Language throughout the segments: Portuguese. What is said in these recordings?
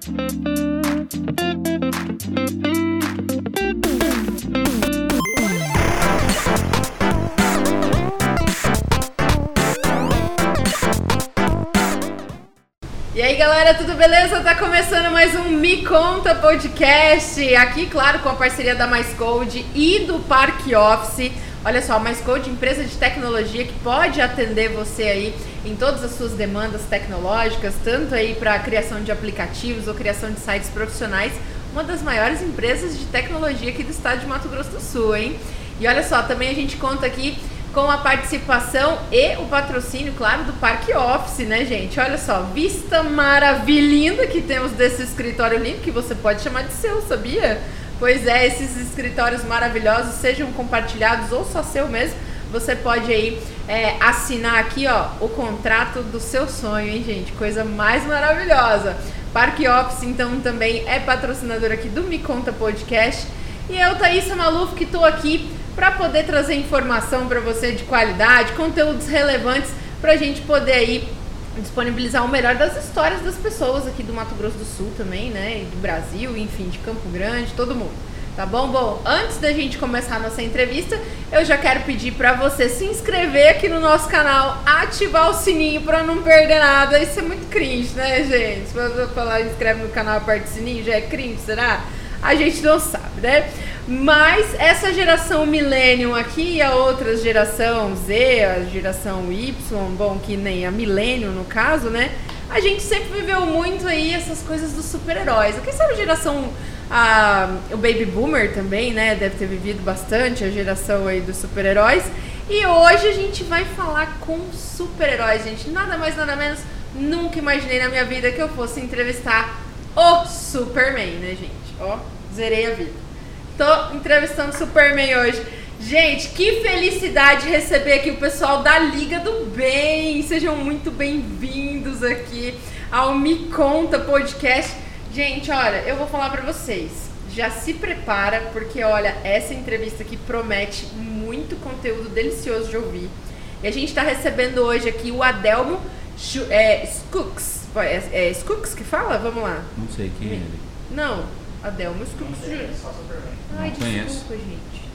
E aí galera, tudo beleza? Tá começando mais um Me Conta Podcast, aqui claro com a parceria da MyScode e do Parque Office. Olha só, a MyScode, empresa de tecnologia que pode atender você aí em todas as suas demandas tecnológicas, tanto aí para criação de aplicativos ou criação de sites profissionais, uma das maiores empresas de tecnologia aqui do estado de Mato Grosso do Sul, hein? E olha só, também a gente conta aqui com a participação e o patrocínio, claro, do Parque Office, né, gente? Olha só, vista maravilhosa que temos desse escritório lindo, que você pode chamar de seu, sabia? Pois é, esses escritórios maravilhosos, sejam compartilhados ou só seu mesmo, você pode aí assinar aqui, ó, o contrato do seu sonho, hein, gente? Coisa mais maravilhosa. Parque Office, então, também é patrocinador aqui do Me Conta Podcast. E eu, Thaísa Maluf, que tô aqui para poder trazer informação para você de qualidade, conteúdos relevantes para a gente poder aí disponibilizar o melhor das histórias das pessoas aqui do Mato Grosso do Sul também, né, e do Brasil, enfim, de Campo Grande, todo mundo, tá bom? Bom, antes da gente começar a nossa entrevista, eu já quero pedir para você se inscrever aqui no nosso canal, ativar o sininho para não perder nada. Isso é muito cringe, né, gente? Se você falar inscreve no canal, aperte o sininho, já é cringe, será? A gente não sabe, né? Mas essa geração Millennium aqui e a outra geração Z, a geração Y, bom, que nem a Millennium no caso, né? A gente sempre viveu muito aí essas coisas dos super-heróis. Quem sabe a geração, o Baby Boomer também, né? Deve ter vivido bastante a geração aí dos super-heróis. E hoje a gente vai falar com super-heróis, gente. Nada mais, nada menos, nunca imaginei na minha vida que eu fosse entrevistar o Superman, né, gente? Ó, zerei a vida. Tô entrevistando o Superman hoje. Gente, que felicidade receber aqui o pessoal da Liga do Bem. Sejam muito bem-vindos aqui ao Me Conta Podcast. Gente, olha, eu vou falar pra vocês. Já se prepara, porque olha, essa entrevista aqui promete muito conteúdo delicioso de ouvir. E a gente tá recebendo hoje aqui o Adelmo Skooks. É Skooks que fala? Vamos lá. Não sei quem é ele. Não. Adelmo Skooks Jr. Ai, desculpa, gente.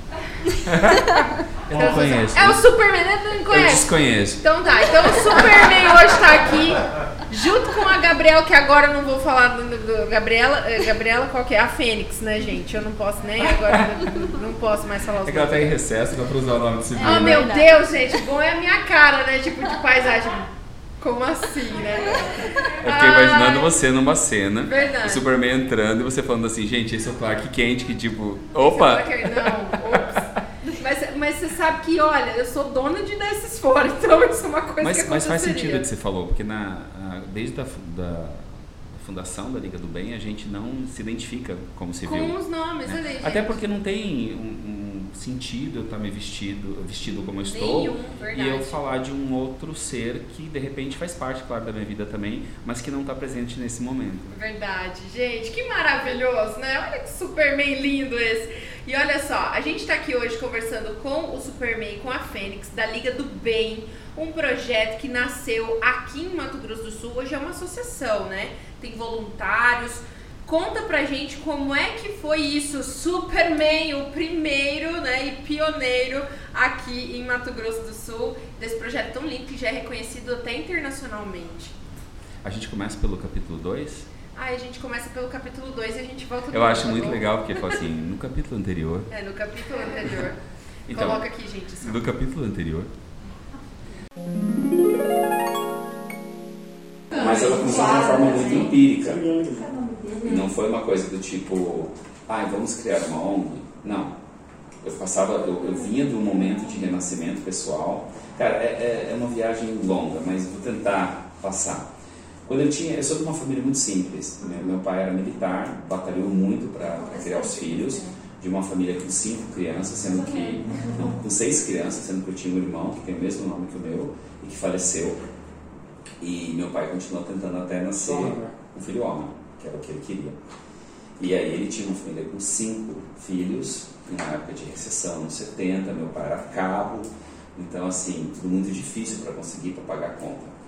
Eu não conheço. É o Superman, né? Não conhece? Eu desconheço. Então tá, então o Superman hoje tá aqui, junto com a Gabriela, que agora eu não vou falar do Gabriela, qual que é? A Fênix, né, gente? Eu não posso nem agora, não posso mais falar os É que ela tá em recesso, dá pra usar o nome civil. Oh, meu Deus, gente, bom é a minha cara, né? Tipo de paisagem. Como assim, né? Eu fiquei imaginando você numa cena, verdade. O Superman entrando e você falando assim, gente, esse é o Clark Kent, que tipo, opa! Não, ops. Mas você sabe que, olha, eu sou dona de dar esses fora, então isso é uma coisa que aconteceria. Mas faz sentido o que você falou, porque desde a fundação da Liga do Bem, a gente não se identifica como civil. Com os nomes, né? Ali, gente. Até porque não tem um sentido eu estar me vestido como eu estou. Nenhum, verdade. E eu falar de um outro ser que de repente faz parte, claro, da minha vida também, mas que não está presente nesse momento. Verdade, gente, que maravilhoso, né? Olha que Superman lindo esse. E olha só, a gente tá aqui hoje conversando com o Superman, com a Fênix, da Liga do Bem, um projeto que nasceu aqui em Mato Grosso do Sul. Hoje é uma associação, né? Tem voluntários. Conta pra gente como é que foi isso, Superman, o primeiro, né, e pioneiro aqui em Mato Grosso do Sul, desse projeto tão lindo que já é reconhecido até internacionalmente. A gente começa pelo capítulo 2? A gente começa pelo capítulo 2 e a gente volta... Eu acho muito legal, porque fala assim, no capítulo anterior... no capítulo anterior. Então, coloca aqui, gente. Só. No capítulo anterior... Mas ela funciona de uma forma muito empírica. Não foi uma coisa do tipo, vamos criar uma ONG. Não. Eu vinha de um momento de renascimento pessoal. Cara, é uma viagem longa, mas vou tentar passar. Eu sou de uma família muito simples. Meu pai era militar, batalhou muito para criar os filhos. De uma família com 5 crianças, com 6 crianças, sendo que eu tinha um irmão que tem o mesmo nome que o meu e que faleceu. E meu pai continuou tentando até nascer um filho homem, que era o que ele queria. E aí ele tinha uma família com 5 filhos, na época de recessão, nos 70, meu pai era cabo, então assim, tudo muito difícil para conseguir, para pagar a conta.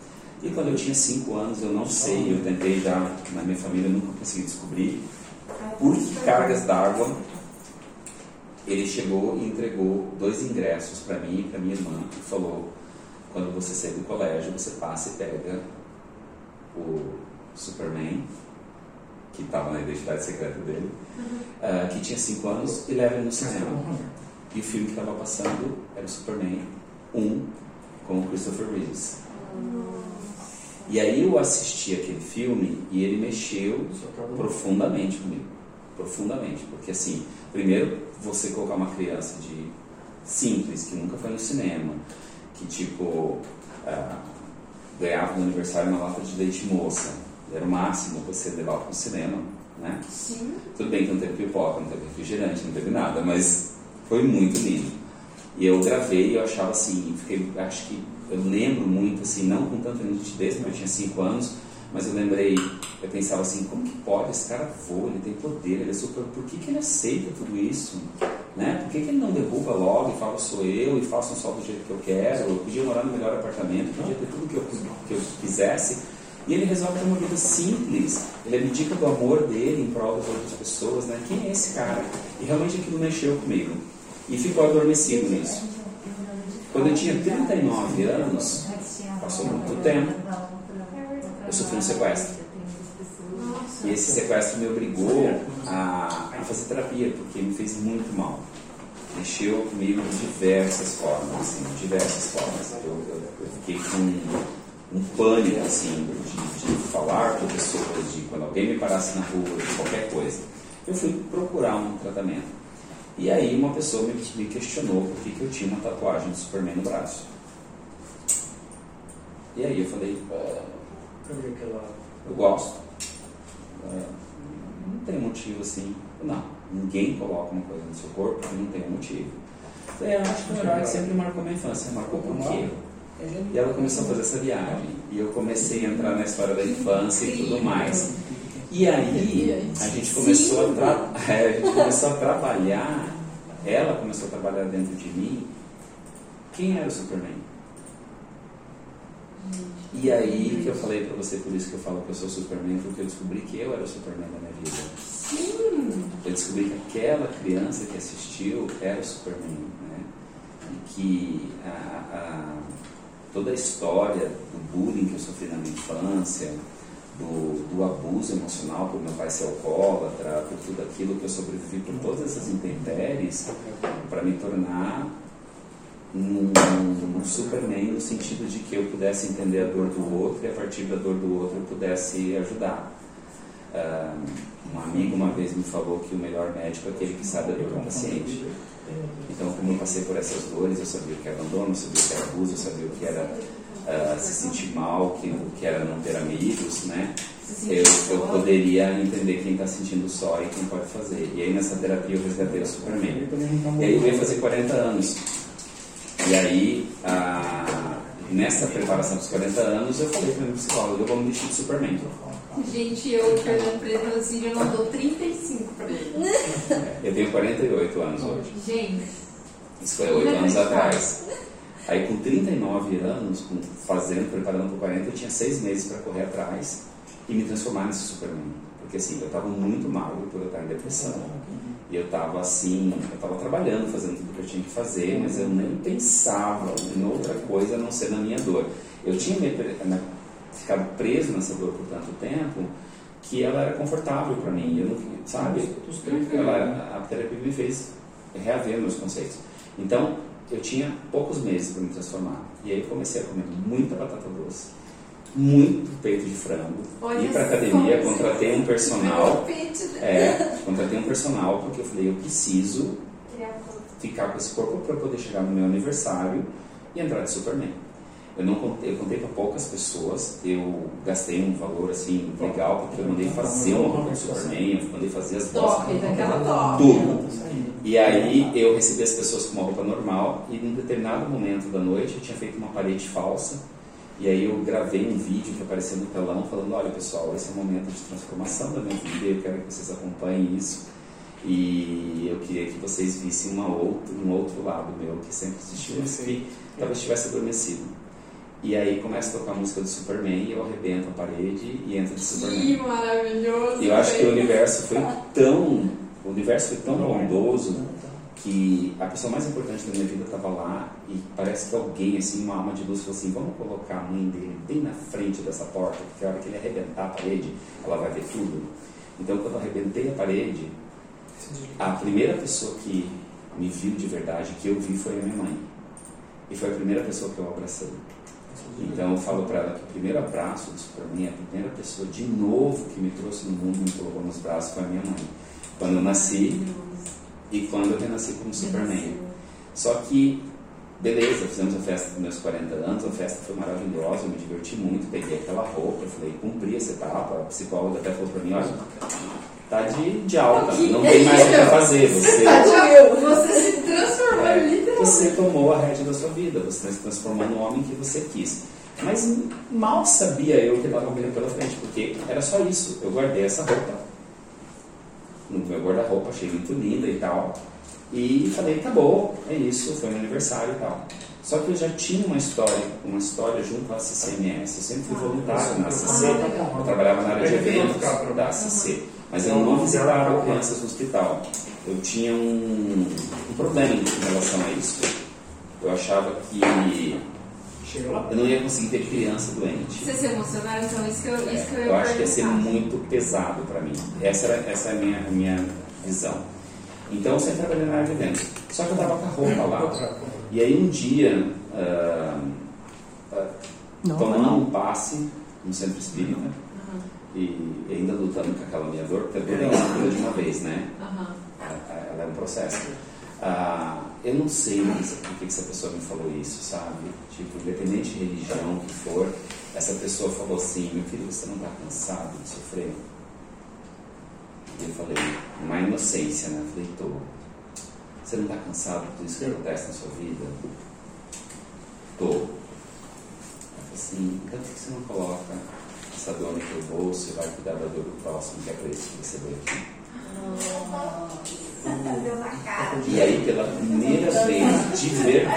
E quando eu tinha 5 anos, eu não sei, eu tentei já, na minha família, eu nunca consegui descobrir por que cargas d'água ele chegou e entregou 2 ingressos para mim e para minha irmã e falou: quando você sair do colégio, você passa e pega o Superman, que estava na identidade secreta dele, que tinha 5 anos, e leva ele no cinema. E o filme que estava passando era o Superman 1 com o Christopher Reeves. E aí eu assisti aquele filme e ele mexeu profundamente comigo. Profundamente, porque assim, primeiro você colocar uma criança de simples, que nunca foi no cinema, que tipo ganhava no aniversário uma lata de leite moça, era o máximo você levar para o cinema, né? Sim. Tudo bem que não teve pipoca, não teve refrigerante, não teve nada, mas foi muito lindo. E eu gravei e eu achava assim, acho que eu lembro muito assim, não com tanta nitidez, porque eu tinha 5 anos, mas eu pensava assim, como que pode? Esse cara voa, ele tem poder, ele é super... Por que ele aceita tudo isso? Né? Por que ele não derruba logo e fala, sou eu, e faço um sol do jeito que eu quero? Eu podia morar no melhor apartamento, podia ter tudo que eu quisesse. E ele resolve ter uma vida simples. Ele abdica do amor dele em prol das outras pessoas, né? Quem é esse cara? E realmente aquilo mexeu comigo. E ficou adormecido nisso. Quando eu tinha 39 anos, passou muito tempo, eu sofri um sequestro. E esse sequestro me obrigou a fazer terapia, porque me fez muito mal. Mexeu comigo de diversas formas, assim, diversas formas. Eu fiquei com um pânico, assim, de falar com pessoas, de quando alguém me parasse na rua, de qualquer coisa. Eu fui procurar um tratamento. E aí uma pessoa me questionou por que eu tinha uma tatuagem de Superman no braço. E aí eu falei, eu gosto. Não tem motivo assim. Não, ninguém coloca uma coisa no seu corpo que não tem um motivo. Eu falei, acho que é um herói que sempre marcou minha infância. Marcou por quê? E ela começou a fazer essa viagem. E eu comecei a entrar na história da infância e tudo mais. E aí a gente começou a trabalhar, ela começou a trabalhar dentro de mim. Quem era o Superman? E aí que eu falei pra você, por isso que eu falo que eu sou Superman, porque eu descobri que eu era o Superman da minha vida. Sim. Eu descobri que aquela criança que assistiu era o Superman, né? E que toda a história do bullying que eu sofri na minha infância, do abuso emocional por meu pai ser alcoólatra, por tudo aquilo que eu sobrevivi, por todas essas intempéries, para me tornar um Superman no sentido de que eu pudesse entender a dor do outro e a partir da dor do outro eu pudesse ajudar. Um amigo uma vez me falou que o melhor médico é aquele que sabe a dor do paciente. Então, como eu passei por essas dores, eu sabia o que era abandono, eu sabia o que era abuso, eu sabia o que era se sentir mal, o que era não ter amigos, né? Eu poderia entender quem está sentindo só e quem pode fazer. E aí nessa terapia eu resgatei o Superman. E aí eu ia fazer 40 anos. E aí, nessa preparação dos 40 anos, eu falei para o meu psicólogo, eu vou me vestir de Superman. Gente, eu perguntando para ele assim, eu não dou 35 para ele. Eu tenho 48 anos hoje. Gente. Isso foi 8 anos atrás. Aí com 39 anos, preparando para 40, eu tinha 6 meses para correr atrás e me transformar nesse Superman. Porque assim, eu estava muito mal por eu estar em depressão. E eu estava assim, eu estava trabalhando, fazendo tudo que eu tinha que fazer, mas eu nem pensava em outra coisa a não ser na minha dor. Eu tinha ficado preso nessa dor por tanto tempo que ela era confortável para mim. Eu não, sabe? A terapia me fez reaver meus conceitos. Então, eu tinha poucos meses para me transformar. E aí comecei a comer muita batata doce, muito peito de frango, ir para academia, contratei um personal. Contratei um personal porque eu falei, eu preciso ficar com esse corpo para poder chegar no meu aniversário e entrar de Superman. Eu contei para poucas pessoas, eu gastei um valor assim legal, porque eu mandei fazer uma roupa de Superman, eu mandei fazer as bostas, tudo. E aí eu recebi as pessoas com uma roupa normal e em determinado momento da noite eu tinha feito uma parede falsa. E aí eu gravei um vídeo que apareceu no telão falando, olha pessoal, esse é um momento de transformação da minha vida, eu quero que vocês acompanhem isso. E eu queria que vocês vissem um outro lado meu que sempre existiu, mas que talvez tivesse adormecido. E aí começa a tocar a música do Superman e eu arrebento a parede e entro de Superman. Que maravilhoso! E eu acho que o universo foi tão bondoso que a pessoa mais importante da minha vida estava lá e parece que alguém, assim, uma alma de luz, falou assim, vamos colocar a mãe dele bem na frente dessa porta, porque a hora que ele arrebentar a parede, ela vai ver tudo. Então, quando eu arrebentei a parede, a primeira pessoa que me viu de verdade, que eu vi, foi a minha mãe. E foi a primeira pessoa que eu abracei. Então eu falo para ela que o primeiro abraço do Superman, a primeira pessoa de novo que me trouxe no mundo, me colocou nos braços, foi a minha mãe. Quando eu nasci e quando eu renasci como Superman. Só que, beleza, fizemos a festa dos meus 40 anos, a festa foi maravilhosa, eu me diverti muito, peguei aquela roupa, eu falei, cumpri essa etapa, a psicóloga até falou para mim, olha, tá de alta, não tem mais o que fazer, você se transformou literalmente. Você tomou a rédea da sua vida, você se transformou no homem que você quis. Mas mal sabia eu que estava vindo pela frente, porque era só isso, eu guardei essa roupa no meu guarda-roupa, achei muito linda e tal, e falei, acabou, é isso, foi meu aniversário e tal. Só que eu já tinha uma história junto à CCMS, eu sempre fui voluntário na ACC, eu trabalhava na área de eventos da ACC, mas eu não visitava crianças no hospital. Eu tinha um problema em relação a isso. Eu achava que eu não ia conseguir ter criança doente. Vocês se emocionaram, então isso que eu ia perguntar. Eu acho que ia ser muito pesado para mim. Essa é a minha visão. Então eu sempre trabalhei na área de eventos. Só que eu estava com a roupa lá. E aí um dia, tomando um passe no centro espírita, e ainda lutando com aquela minha dor, porque a dor é uma de uma vez, né? Ela é um processo. Eu não sei por que essa pessoa me falou isso, sabe? Tipo, independente de religião que for, essa pessoa falou assim, meu filho, você não está cansado de sofrer? E eu falei, uma inocência, né? Eu falei, tô. Você não está cansado de tudo isso que acontece na sua vida? Tô. Eu falei assim, então por que você não coloca essa dor no teu bolso e vai cuidar da dor do próximo, que é para isso que você veio aqui? E aí, pela primeira vez, de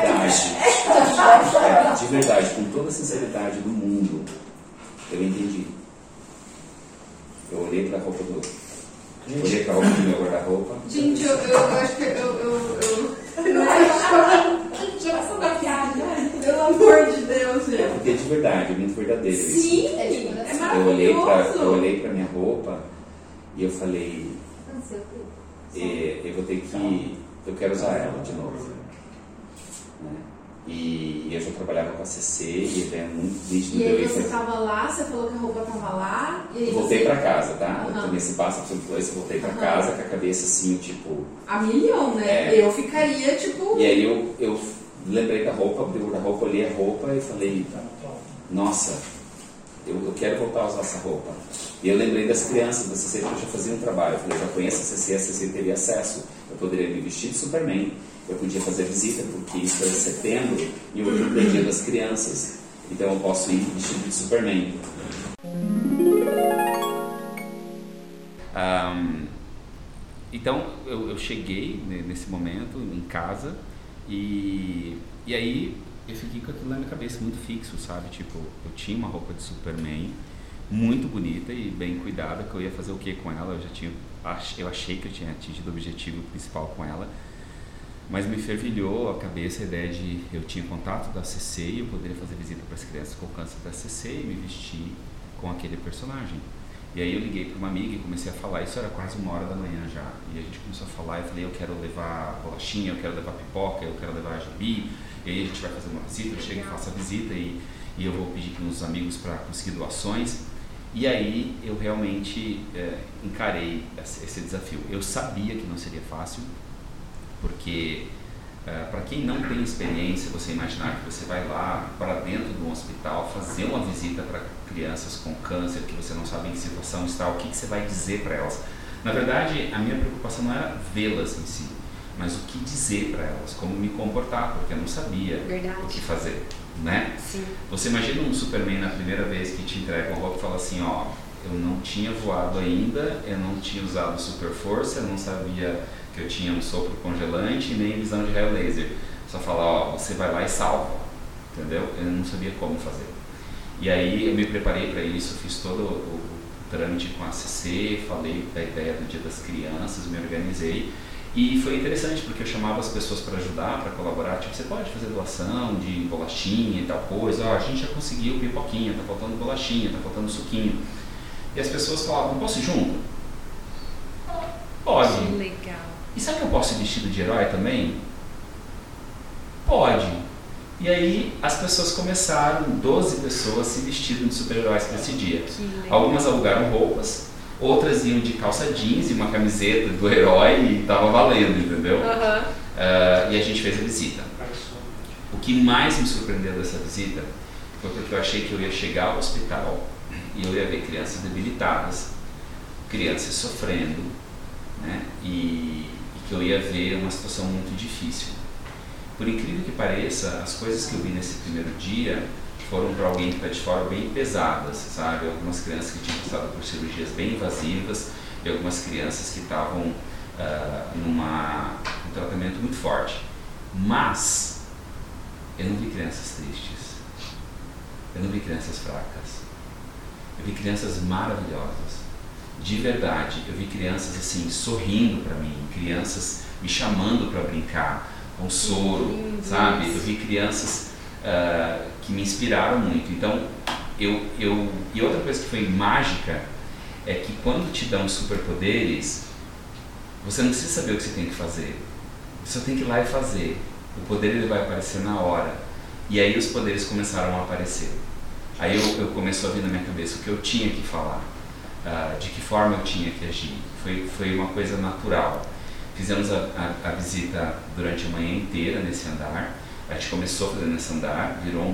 verdade, com toda a sinceridade do mundo, eu entendi. Eu olhei para a roupa do meu guarda-roupa. Gente, eu acho que eu da piada, pelo amor de Deus, gente. Porque de verdade, é muito verdadeiro isso. Sim, é maravilhoso. Eu olhei para minha roupa e eu falei, eu quero usar ela de novo. Né? E eu já trabalhava com a CC e é muito nítido. E aí você estava lá, você falou que a roupa estava lá. E aí voltei para casa, tá? Nesse passo absoluto, eu voltei para casa com a cabeça assim, tipo... A milhão, né? Eu ficaria, tipo... E aí eu lembrei da roupa, abri o guarda-roupa, olhei a roupa e falei, nossa, eu quero voltar a usar essa roupa. E eu lembrei das crianças da CC, porque eu já fazia um trabalho. Eu falei, eu já conheço a CC teria acesso. Eu poderia me vestir de Superman. Eu podia fazer visita, porque isso é setembro e outubro é dia das crianças. Então eu posso ir vestido de Superman. Então eu cheguei nesse momento em casa e aí eu fiquei com aquilo na minha cabeça muito fixo, sabe? Tipo, eu tinha uma roupa de Superman muito bonita e bem cuidada, que eu ia fazer o que com ela? Eu achei que eu tinha atingido o objetivo principal com ela. Mas me fervilhou a cabeça a ideia de eu tinha contato da CC e eu poderia fazer visita para as crianças com câncer da CC e me vestir com aquele personagem. E aí eu liguei para uma amiga e comecei a falar, isso era quase 1h da manhã já, e a gente começou a falar, eu falei, eu quero levar bolachinha, eu quero levar pipoca, eu quero levar gibi, e aí a gente vai fazer uma visita, eu chego e faço a visita e eu vou pedir para uns amigos para conseguir doações. E aí eu realmente encarei esse desafio. Eu sabia que não seria fácil, porque para quem não tem experiência, você imaginar que você vai lá para dentro de um hospital fazer uma visita para crianças com câncer que você não sabe em que situação está, o que você vai dizer para elas. Na verdade, a minha preocupação não era vê-las em si, mas o que dizer para elas, como me comportar, porque eu não sabia o que fazer, né? Sim. Você imagina um Superman na primeira vez que te entrega uma roupa e fala assim, ó, eu não tinha voado ainda, eu não tinha usado super força, eu não sabia que eu tinha um sopro congelante e nem visão de raio laser. Só fala, ó, você vai lá e salva. entendeu? Eu não sabia como fazer. E aí eu me preparei para isso, fiz todo o trâmite com a ACC, falei da ideia do Dia das Crianças, me organizei. E foi interessante, porque eu chamava as pessoas para ajudar, para colaborar, tipo, você pode fazer doação de bolachinha e tal coisa, a gente já conseguiu pipoquinha, tá faltando bolachinha, tá faltando suquinho. E as pessoas falavam, posso ir junto? Pode. Que legal. E sabe que eu posso ir vestido de herói também? Pode. E aí as pessoas começaram, 12 pessoas se vestiram de super-heróis para esse dia. Algumas alugaram roupas, outras iam de calça jeans e uma camiseta do herói e tava valendo, entendeu? E a gente fez a visita. O que mais me surpreendeu dessa visita foi porque eu achei que eu ia chegar ao hospital e eu ia ver crianças debilitadas, crianças sofrendo, né? E que eu ia ver uma situação muito difícil. Por incrível que pareça, as coisas que eu vi nesse primeiro dia foram para alguém que está de fora bem pesadas, sabe? Algumas crianças que tinham passado por cirurgias bem invasivas e algumas crianças que estavam num tratamento muito forte. Mas eu não vi crianças tristes, eu não vi crianças fracas, eu vi crianças maravilhosas, de verdade. Eu vi crianças assim sorrindo para mim, crianças me chamando para brincar, com soro, sabe? Eu vi crianças que me inspiraram muito. Então, e outra coisa que foi mágica é que quando te dão superpoderes, você não precisa saber o que você tem que fazer. Você só tem que ir lá e fazer. O poder ele vai aparecer na hora. E aí os poderes começaram a aparecer. Aí eu começou a vir na minha cabeça o que eu tinha que falar, de que forma eu tinha que agir. Foi uma coisa natural. Fizemos a visita durante a manhã inteira nesse andar. A gente começou fazendo nesse andar, virou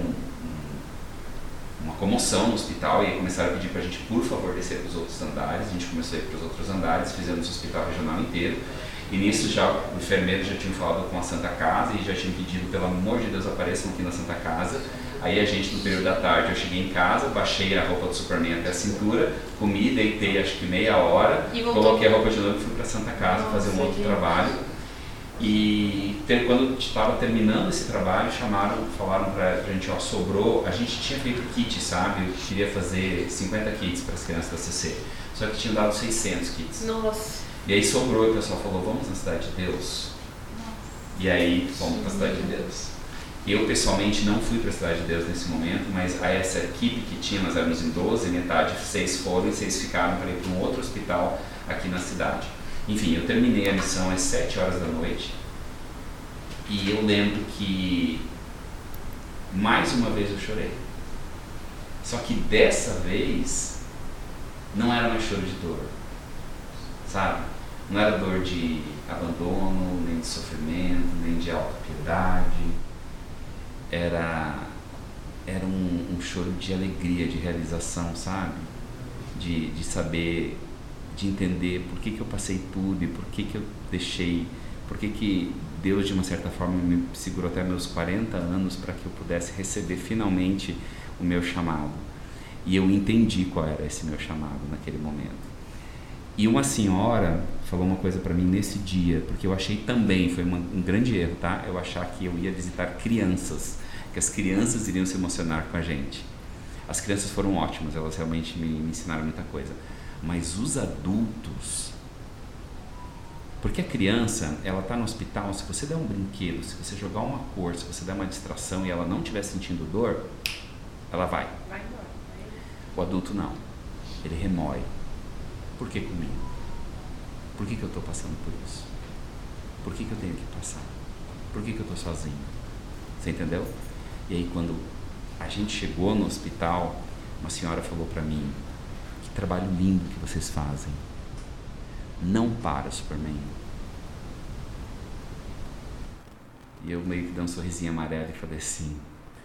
uma comoção no hospital, e aí começaram a pedir para a gente, por favor, descer para os outros andares. A gente começou a ir para os outros andares, fizemos o hospital regional inteiro. E nisso já o enfermeiro já tinha falado com a Santa Casa e já tinha pedido, pelo amor de Deus, apareçam aqui na Santa Casa. Aí a gente, no período da tarde, eu cheguei em casa, baixei a roupa do Superman até a cintura, comi, deitei acho que meia hora, coloquei a roupa de novo e fui para a Santa Casa fazer um outro trabalho. E quando estava terminando esse trabalho, falaram pra gente, ó, sobrou, a gente tinha feito kit, sabe? Eu queria fazer 50 kits para as crianças da CC, só que tinham dado 600 kits. Nossa. E aí sobrou e o pessoal falou, vamos na Cidade de Deus? E aí fomos para a Cidade de Deus. Eu pessoalmente não fui para a Cidade de Deus nesse momento, mas essa equipe que tinha, nós éramos em 12, metade 6 foram e 6 ficaram para ir para um outro hospital aqui na cidade. Enfim, eu terminei a missão às 7 horas da noite e eu lembro que mais uma vez eu chorei. Só que dessa vez não era mais choro de dor, sabe? Não era dor de abandono, nem de sofrimento, nem de autopiedade. Era um choro de alegria, de realização, sabe? De saber, de entender por que eu passei tudo e por que eu deixei, por que Deus de uma certa forma me segurou até meus 40 anos para que eu pudesse receber finalmente o meu chamado. E eu entendi qual era esse meu chamado naquele momento. E uma senhora falou uma coisa para mim nesse dia, porque eu achei também, foi um grande erro, tá? Eu achar que eu ia visitar crianças, que as crianças iriam se emocionar com a gente. As crianças foram ótimas, elas realmente me ensinaram muita coisa. Mas os adultos, porque a criança, ela está no hospital, se você der um brinquedo, se você jogar uma cor, se você der uma distração e ela não estiver sentindo dor, ela vai. Vai embora. O adulto não, ele remói. Por que comigo? Por que eu estou passando por isso? Por que eu tenho que passar? Por que eu estou sozinho? Você entendeu? E aí quando a gente chegou no hospital, uma senhora falou para mim, que trabalho lindo que vocês fazem. Não para, Superman. E eu meio que dei um sorrisinho amarelo e falei assim,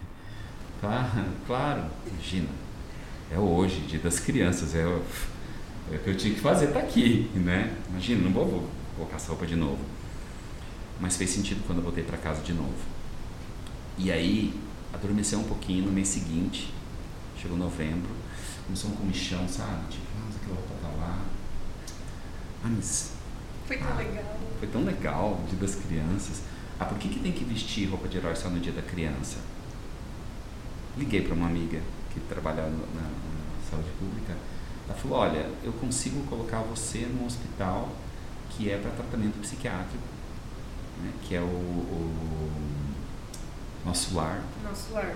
claro, imagina, é hoje, Dia das Crianças, é o que eu tinha que fazer, tá aqui, né? Imagina, não vou colocar essa roupa de novo. Mas fez sentido quando eu voltei para casa de novo. E aí, adormeceu um pouquinho no mês seguinte, chegou novembro, começou um comichão, sabe? Tipo, nossa, aquela roupa tá lá. Mas... Foi tão legal. Foi tão legal, o Dia das Crianças. Por que tem que vestir roupa de herói só no Dia da Criança? liguei para uma amiga que trabalha na saúde pública. Ela falou, olha, eu consigo colocar você num hospital que é para tratamento psiquiátrico, né, que é o Nosso Lar. Nosso Lar.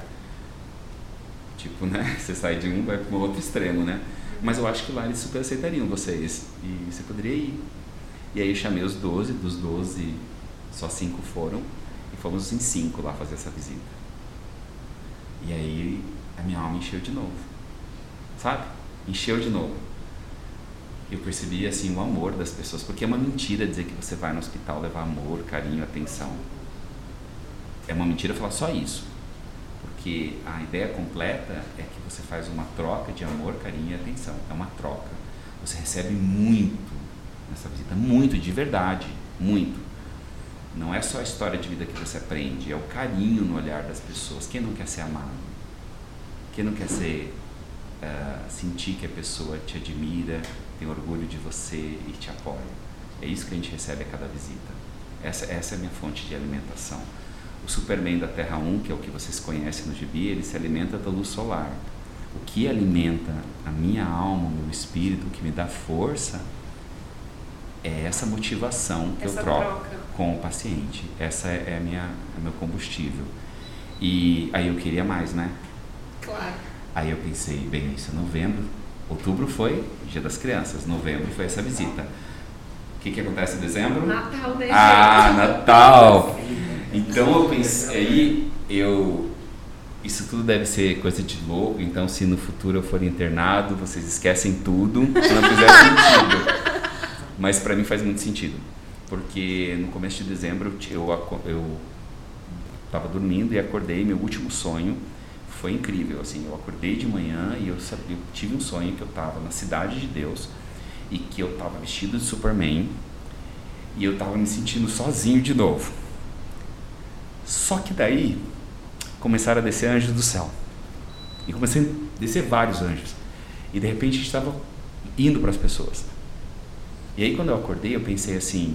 Tipo, né, você sai de um, vai para o outro extremo, né? Mas eu acho que lá eles super aceitariam vocês e você poderia ir. E aí eu chamei os 12, dos 12 só 5 foram e fomos em 5 lá fazer essa visita. E aí a minha alma encheu de novo, sabe? Encheu de novo. Eu percebi assim o amor das pessoas, porque é uma mentira dizer que você vai no hospital levar amor, carinho, atenção. É uma mentira falar só isso, porque a ideia completa é que você faz uma troca de amor, carinho e atenção. É uma troca. Você recebe muito nessa visita, muito, de verdade, muito. Não é só a história de vida que você aprende, é o carinho no olhar das pessoas. Quem não quer ser amado? Quem não quer sentir que a pessoa te admira, tem orgulho de você e te apoia? É isso que a gente recebe a cada visita. Essa é a minha fonte de alimentação. O Superman da Terra 1, que é o que vocês conhecem no gibi, ele se alimenta da luz solar. O que alimenta a minha alma, o meu espírito, o que me dá força, é essa motivação que eu troco com o paciente. Essa é meu combustível. E aí eu queria mais, né? Claro. Aí eu pensei, bem, isso é novembro. Outubro foi Dia das Crianças. Novembro foi essa visita. O que acontece em dezembro? Natal, né? Natal! Então eu pensei, isso tudo deve ser coisa de louco, então se no futuro eu for internado, vocês esquecem tudo, se não fizer sentido. Mas para mim faz muito sentido, porque no começo de dezembro eu estava dormindo e acordei, meu último sonho foi incrível, assim, eu acordei de manhã e eu tive um sonho que eu estava na Cidade de Deus e que eu estava vestido de Superman e eu estava me sentindo sozinho de novo. Só que daí começaram a descer anjos do céu. E comecei a descer vários anjos. E de repente a gente estava indo para as pessoas. E aí quando eu acordei eu pensei assim,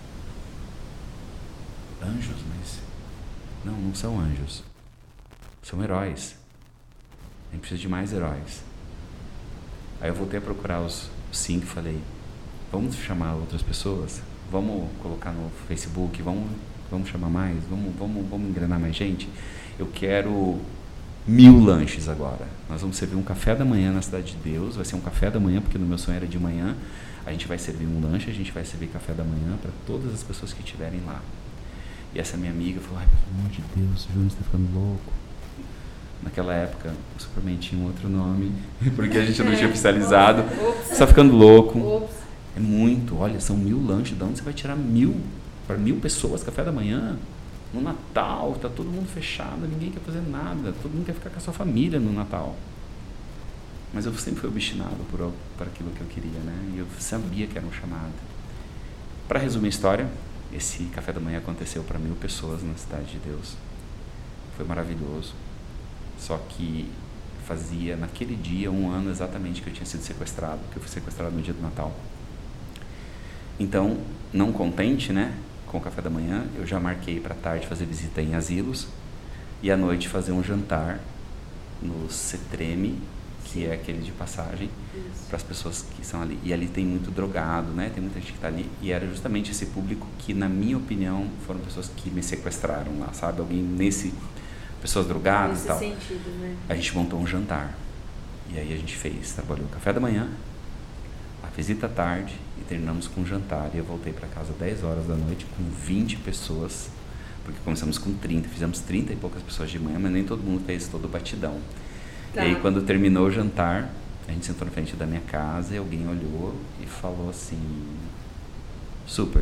anjos, mas não são anjos. São heróis. A gente precisa de mais heróis. Aí eu voltei a procurar os 5 e falei, vamos chamar outras pessoas? Vamos colocar no Facebook, vamos chamar mais, vamos engrenar mais gente. Eu quero 1000 lanches agora. Nós vamos servir um café da manhã na Cidade de Deus. Vai ser um café da manhã, porque no meu sonho era de manhã. A gente vai servir um lanche, a gente vai servir café da manhã para todas as pessoas que estiverem lá. E essa minha amiga falou, ai, pelo amor de Deus, o Júnior está ficando louco. Naquela época, o Superman tinha um outro nome, porque a gente não tinha oficializado. Você está ficando louco. É muito, olha, são 1000 lanches. De onde você vai tirar 1000? Para 1000 pessoas, café da manhã, no Natal, tá todo mundo fechado, ninguém quer fazer nada, todo mundo quer ficar com a sua família no Natal. Mas eu sempre fui obstinado por aquilo que eu queria, né? E eu sabia que era um chamado. Para resumir a história, esse café da manhã aconteceu para 1000 pessoas na Cidade de Deus. Foi maravilhoso. Só que fazia naquele dia 1 ano exatamente que eu tinha sido sequestrado, que eu fui sequestrado no dia do Natal. Então, não contente, né, com o café da manhã, eu já marquei para tarde fazer visita em asilos e à noite fazer um jantar no Cetreme, que é aquele de passagem, para as pessoas que são ali. E ali tem muito drogado, né, tem muita gente que está ali, e era justamente esse público que, na minha opinião, foram pessoas que me sequestraram lá, sabe? Pessoas drogadas e tal. Nesse sentido, né? A gente montou um jantar, e aí a gente trabalhou o café da manhã, a visita à tarde e terminamos com um jantar. E eu voltei para casa 10 horas da noite com 20 pessoas, porque começamos com 30, fizemos 30 e poucas pessoas de manhã, mas nem todo mundo fez todo o batidão. Tá. E aí quando terminou o jantar, a gente sentou na frente da minha casa e alguém olhou e falou assim, Super.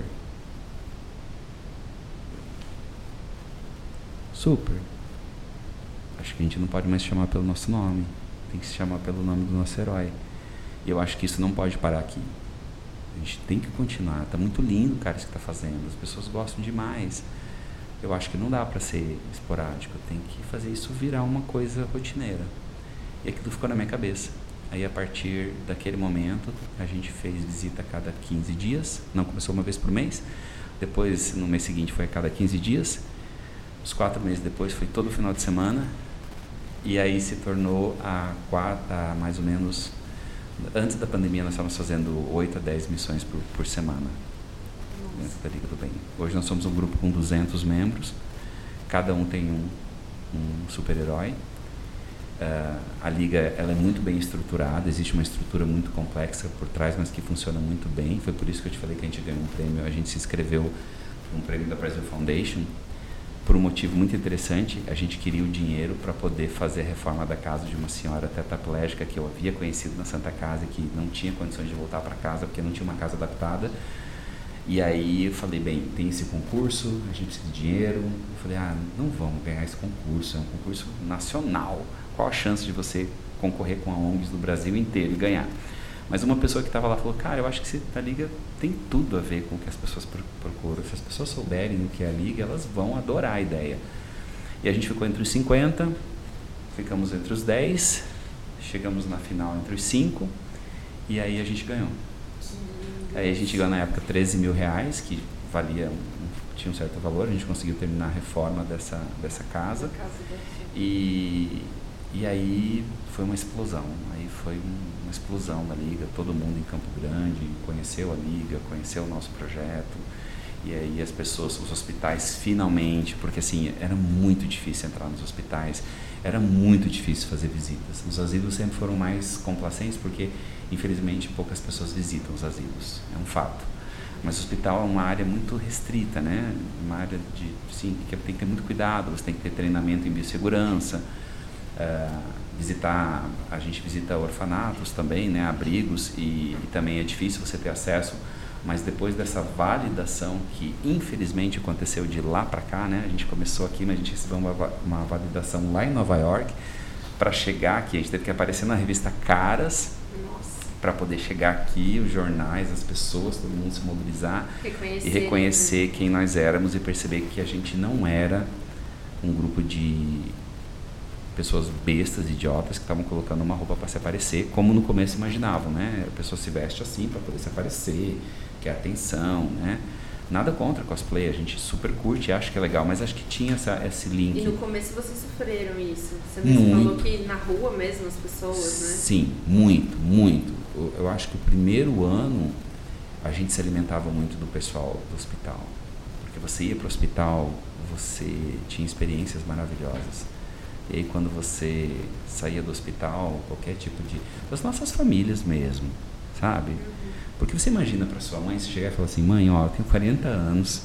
Acho que a gente não pode mais chamar pelo nosso nome, tem que se chamar pelo nome do nosso herói. E eu acho que isso não pode parar aqui. A gente tem que continuar. Tá muito lindo, cara, isso que tá fazendo. As pessoas gostam demais. Eu acho que não dá para ser esporádico. Tem que fazer isso virar uma coisa rotineira. E aquilo ficou na minha cabeça. Aí, a partir daquele momento, a gente fez visita a cada 15 dias. Não, começou uma vez por mês. Depois, no mês seguinte, foi a cada 15 dias. Uns 4 meses depois, foi todo final de semana. E aí se tornou mais ou menos, antes da pandemia nós estávamos fazendo 8 a 10 missões por semana dentro da Liga do Bem. Hoje nós somos um grupo com 200 membros, cada um tem um super-herói. A Liga ela é muito bem estruturada, existe uma estrutura muito complexa por trás, mas que funciona muito bem. Foi por isso que eu te falei que a gente ganhou um prêmio. A gente se inscreveu no prêmio da Brasil Foundation por um motivo muito interessante. A gente queria o dinheiro para poder fazer a reforma da casa de uma senhora tetraplégica que eu havia conhecido na Santa Casa e que não tinha condições de voltar para casa porque não tinha uma casa adaptada. E aí eu falei, bem, tem esse concurso, a gente precisa de dinheiro. Eu falei, não vamos ganhar esse concurso, é um concurso nacional. Qual a chance de você concorrer com a ONGs do Brasil inteiro e ganhar? Mas uma pessoa que estava lá falou, cara, eu acho que a Liga tem tudo a ver com o que as pessoas procuram. Se as pessoas souberem o que é a Liga, elas vão adorar a ideia. E a gente ficou entre os 50, ficamos entre os 10, chegamos na final entre os 5, e aí a gente ganhou. Aí a gente ganhou na época 13 mil reais, que tinha um certo valor, a gente conseguiu terminar a reforma dessa casa. E aí foi uma explosão, uma explosão da Liga, todo mundo em Campo Grande conheceu a Liga, conheceu o nosso projeto, e aí as pessoas, os hospitais finalmente, porque assim, era muito difícil entrar nos hospitais, era muito difícil fazer visitas. Os asilos sempre foram mais complacentes porque, infelizmente, poucas pessoas visitam os asilos, é um fato. Mas o hospital é uma área muito restrita, né? Uma área que tem que ter muito cuidado, você tem que ter treinamento em biossegurança, a gente visita orfanatos também, né? Abrigos, e também é difícil você ter acesso, mas depois dessa validação que infelizmente aconteceu de lá para cá, né? A gente começou aqui, mas a gente recebeu uma validação lá em Nova York para chegar aqui, a gente teve que aparecer na revista Caras para poder chegar aqui, os jornais, as pessoas, todo mundo se mobilizar e reconhecer quem nós éramos e perceber que a gente não era um grupo de pessoas bestas, idiotas, que estavam colocando uma roupa para se aparecer, como no começo imaginavam, né? A pessoa se veste assim para poder se aparecer, quer atenção, né? Nada contra cosplay, a gente super curte, acha que é legal, mas acho que tinha esse link. E no começo vocês sofreram isso? Você mesmo falou que na rua mesmo as pessoas, né? Sim, muito, muito. Eu acho que o primeiro ano a gente se alimentava muito do pessoal do hospital, porque você ia para o hospital, você tinha experiências maravilhosas. E aí quando você saía do hospital, qualquer tipo das nossas famílias mesmo, sabe? Porque você imagina para sua mãe, você chegar e falar assim, mãe, ó, eu tenho 40 anos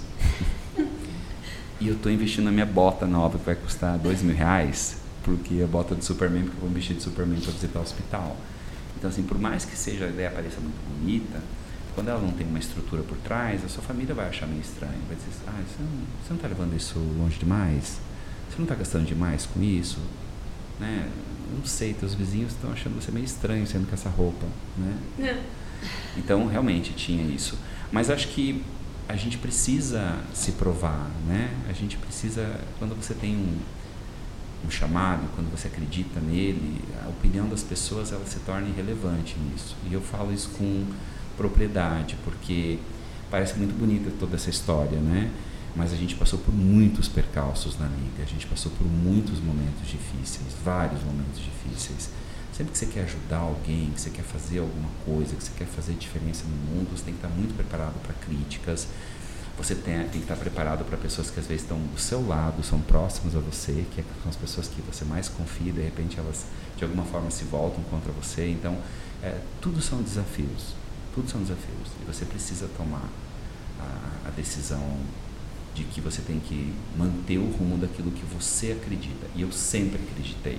e eu estou investindo na minha bota nova que vai custar R$2.000, porque a bota de Superman, porque eu vou investir de Superman para visitar o hospital. Então assim, por mais que seja a ideia pareça muito bonita, quando ela não tem uma estrutura por trás, a sua família vai achar meio estranho, vai dizer, você não está levando isso longe demais? Você não está gastando demais com isso? Né? Não sei, teus vizinhos estão achando você meio estranho sendo com essa roupa, né? Então, realmente tinha isso. Mas acho que a gente precisa se provar, né? A gente precisa, quando você tem um chamado, quando você acredita nele, a opinião das pessoas ela se torna irrelevante nisso. E eu falo isso com propriedade, porque parece muito bonita toda essa história, né? Mas a gente passou por muitos percalços na Liga, a gente passou por muitos momentos difíceis, vários momentos difíceis. Sempre que você quer ajudar alguém, que você quer fazer alguma coisa, que você quer fazer diferença no mundo, você tem que estar muito preparado para críticas, você tem que estar preparado para pessoas que às vezes estão do seu lado, são próximas a você, que são as pessoas que você mais confia, de repente elas de alguma forma se voltam contra você. Então, tudo são desafios, e você precisa tomar a decisão de que você tem que manter o rumo daquilo que você acredita. E eu sempre acreditei.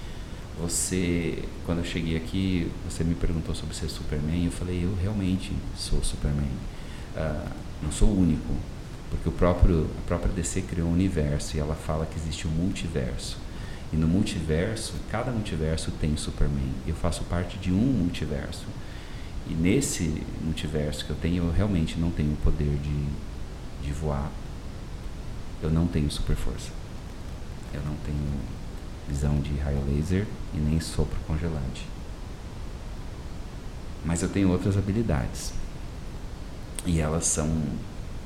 Quando eu cheguei aqui, você me perguntou sobre ser Superman, eu falei, eu realmente sou Superman. Não sou o único, porque a própria DC criou um universo e ela fala que existe um multiverso. E no multiverso, cada multiverso tem Superman. Eu faço parte de um multiverso. E nesse multiverso que eu tenho, eu realmente não tenho o poder de voar. Eu não tenho super força. Eu não tenho visão de raio laser e nem sopro congelante. Mas eu tenho outras habilidades. E elas são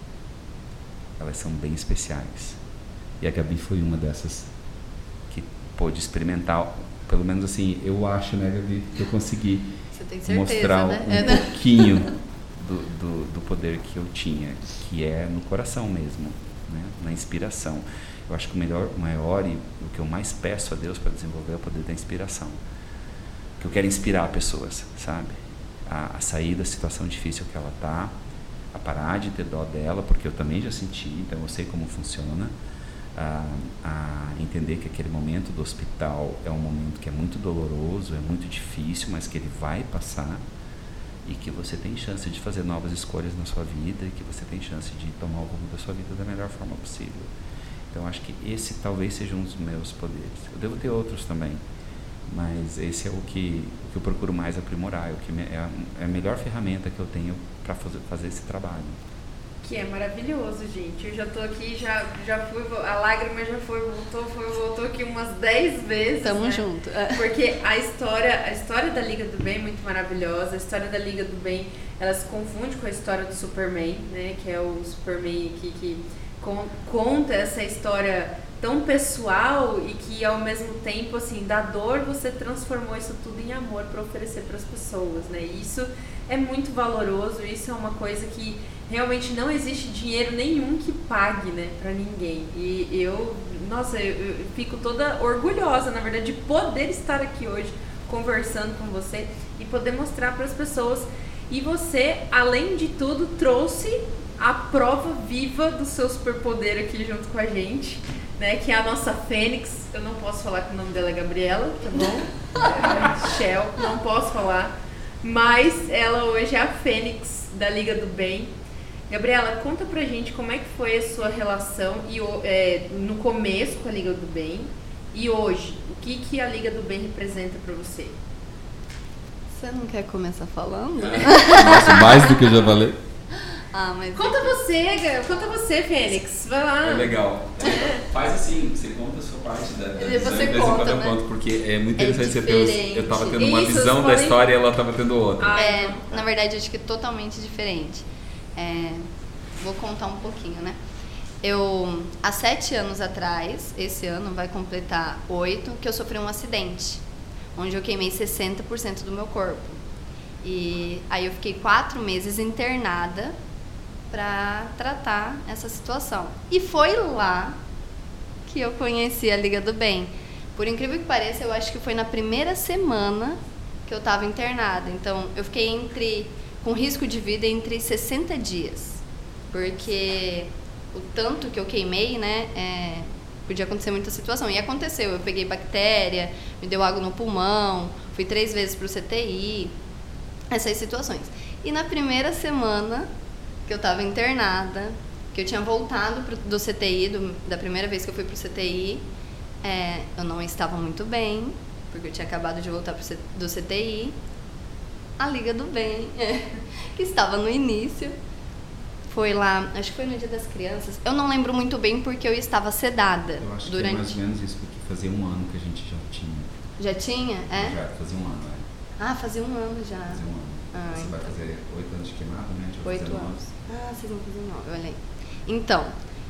bem especiais. E a Gabi foi uma dessas que pôde experimentar, pelo menos assim, eu acho, né, Gabi, que eu consegui mostrar um pouquinho do poder que eu tinha, que é no coração mesmo, né, na inspiração. Eu acho que o maior e o que eu mais peço a Deus para desenvolver é o poder da inspiração. Que eu quero inspirar pessoas, sabe? A sair da situação difícil que ela está, a parar de ter dó dela, porque eu também já senti, então eu sei como funciona, a entender que aquele momento do hospital é um momento que é muito doloroso, é muito difícil, mas que ele vai passar e que você tem chance de fazer novas escolhas na sua vida e que você tem chance de tomar o rumo da sua vida da melhor forma possível. Então acho que esse talvez seja um dos meus poderes. Eu devo ter outros também, mas esse é o que eu procuro mais aprimorar, é a melhor ferramenta que eu tenho para fazer esse trabalho. Que é maravilhoso, gente. Eu já tô aqui, já fui, a lágrima já voltou aqui umas 10 vezes. Tamo, né? junto. Porque a história da Liga do Bem é muito maravilhosa. A história da Liga do Bem, ela se confunde com a história do Superman, né? Que é o Superman que conta essa história tão pessoal e que ao mesmo tempo, assim, da dor você transformou isso tudo em amor para oferecer para as pessoas, né? E isso é muito valoroso, isso é uma coisa que realmente não existe dinheiro nenhum que pague, né, para ninguém. E eu fico toda orgulhosa, na verdade, de poder estar aqui hoje conversando com você e poder mostrar para as pessoas. E você, além de tudo, trouxe a prova viva do seu superpoder aqui junto com a gente, né, que é a nossa Fênix. Eu não posso falar que o nome dela é Gabriela, tá bom? Shell, não posso falar, mas ela hoje é a Fênix da Liga do Bem. Gabriela, conta pra gente como é que foi a sua relação no começo com a Liga do Bem e hoje, o que a Liga do Bem representa pra você? Você não quer começar falando? Nossa, mais do que eu já falei. Mas Conta você, Fênix. Vai lá. É legal. Faz assim, você conta a sua parte da Você visão, de vez em quando eu conto, porque é muito interessante você ter. Eu tava tendo uma visão da história e ela tava tendo outra. Na verdade, acho que totalmente diferente. Vou contar um pouquinho, né? Eu, há 7 anos atrás, esse ano vai completar 8, que eu sofri um acidente, onde eu queimei 60% do meu corpo. E aí eu fiquei 4 meses internada para tratar essa situação. E foi lá que eu conheci a Liga do Bem. Por incrível que pareça, eu acho que foi na primeira semana que eu estava internada. Então, eu fiquei com risco de vida entre 60 dias. Porque o tanto que eu queimei, né, podia acontecer muita situação. E aconteceu. Eu peguei bactéria, me deu água no pulmão, fui 3 vezes pro CTI, essas situações. E na primeira semana que eu estava internada, que eu tinha voltado do CTI, da primeira vez que eu fui pro CTI, eu não estava muito bem, porque eu tinha acabado de voltar do CTI. A Liga do Bem, que estava no início, foi lá, acho que foi no Dia das Crianças. Eu não lembro muito bem porque eu estava sedada. Eu acho que é mais ou menos isso, porque fazia 1 ano que a gente já tinha. Já tinha? Já, fazia 1 ano, fazia 1 ano já. Fazia 1 ano. Você então. Vai fazer 8 anos de queimado, né? 8 anos. Vocês vão fazer 9, olha aí. Então,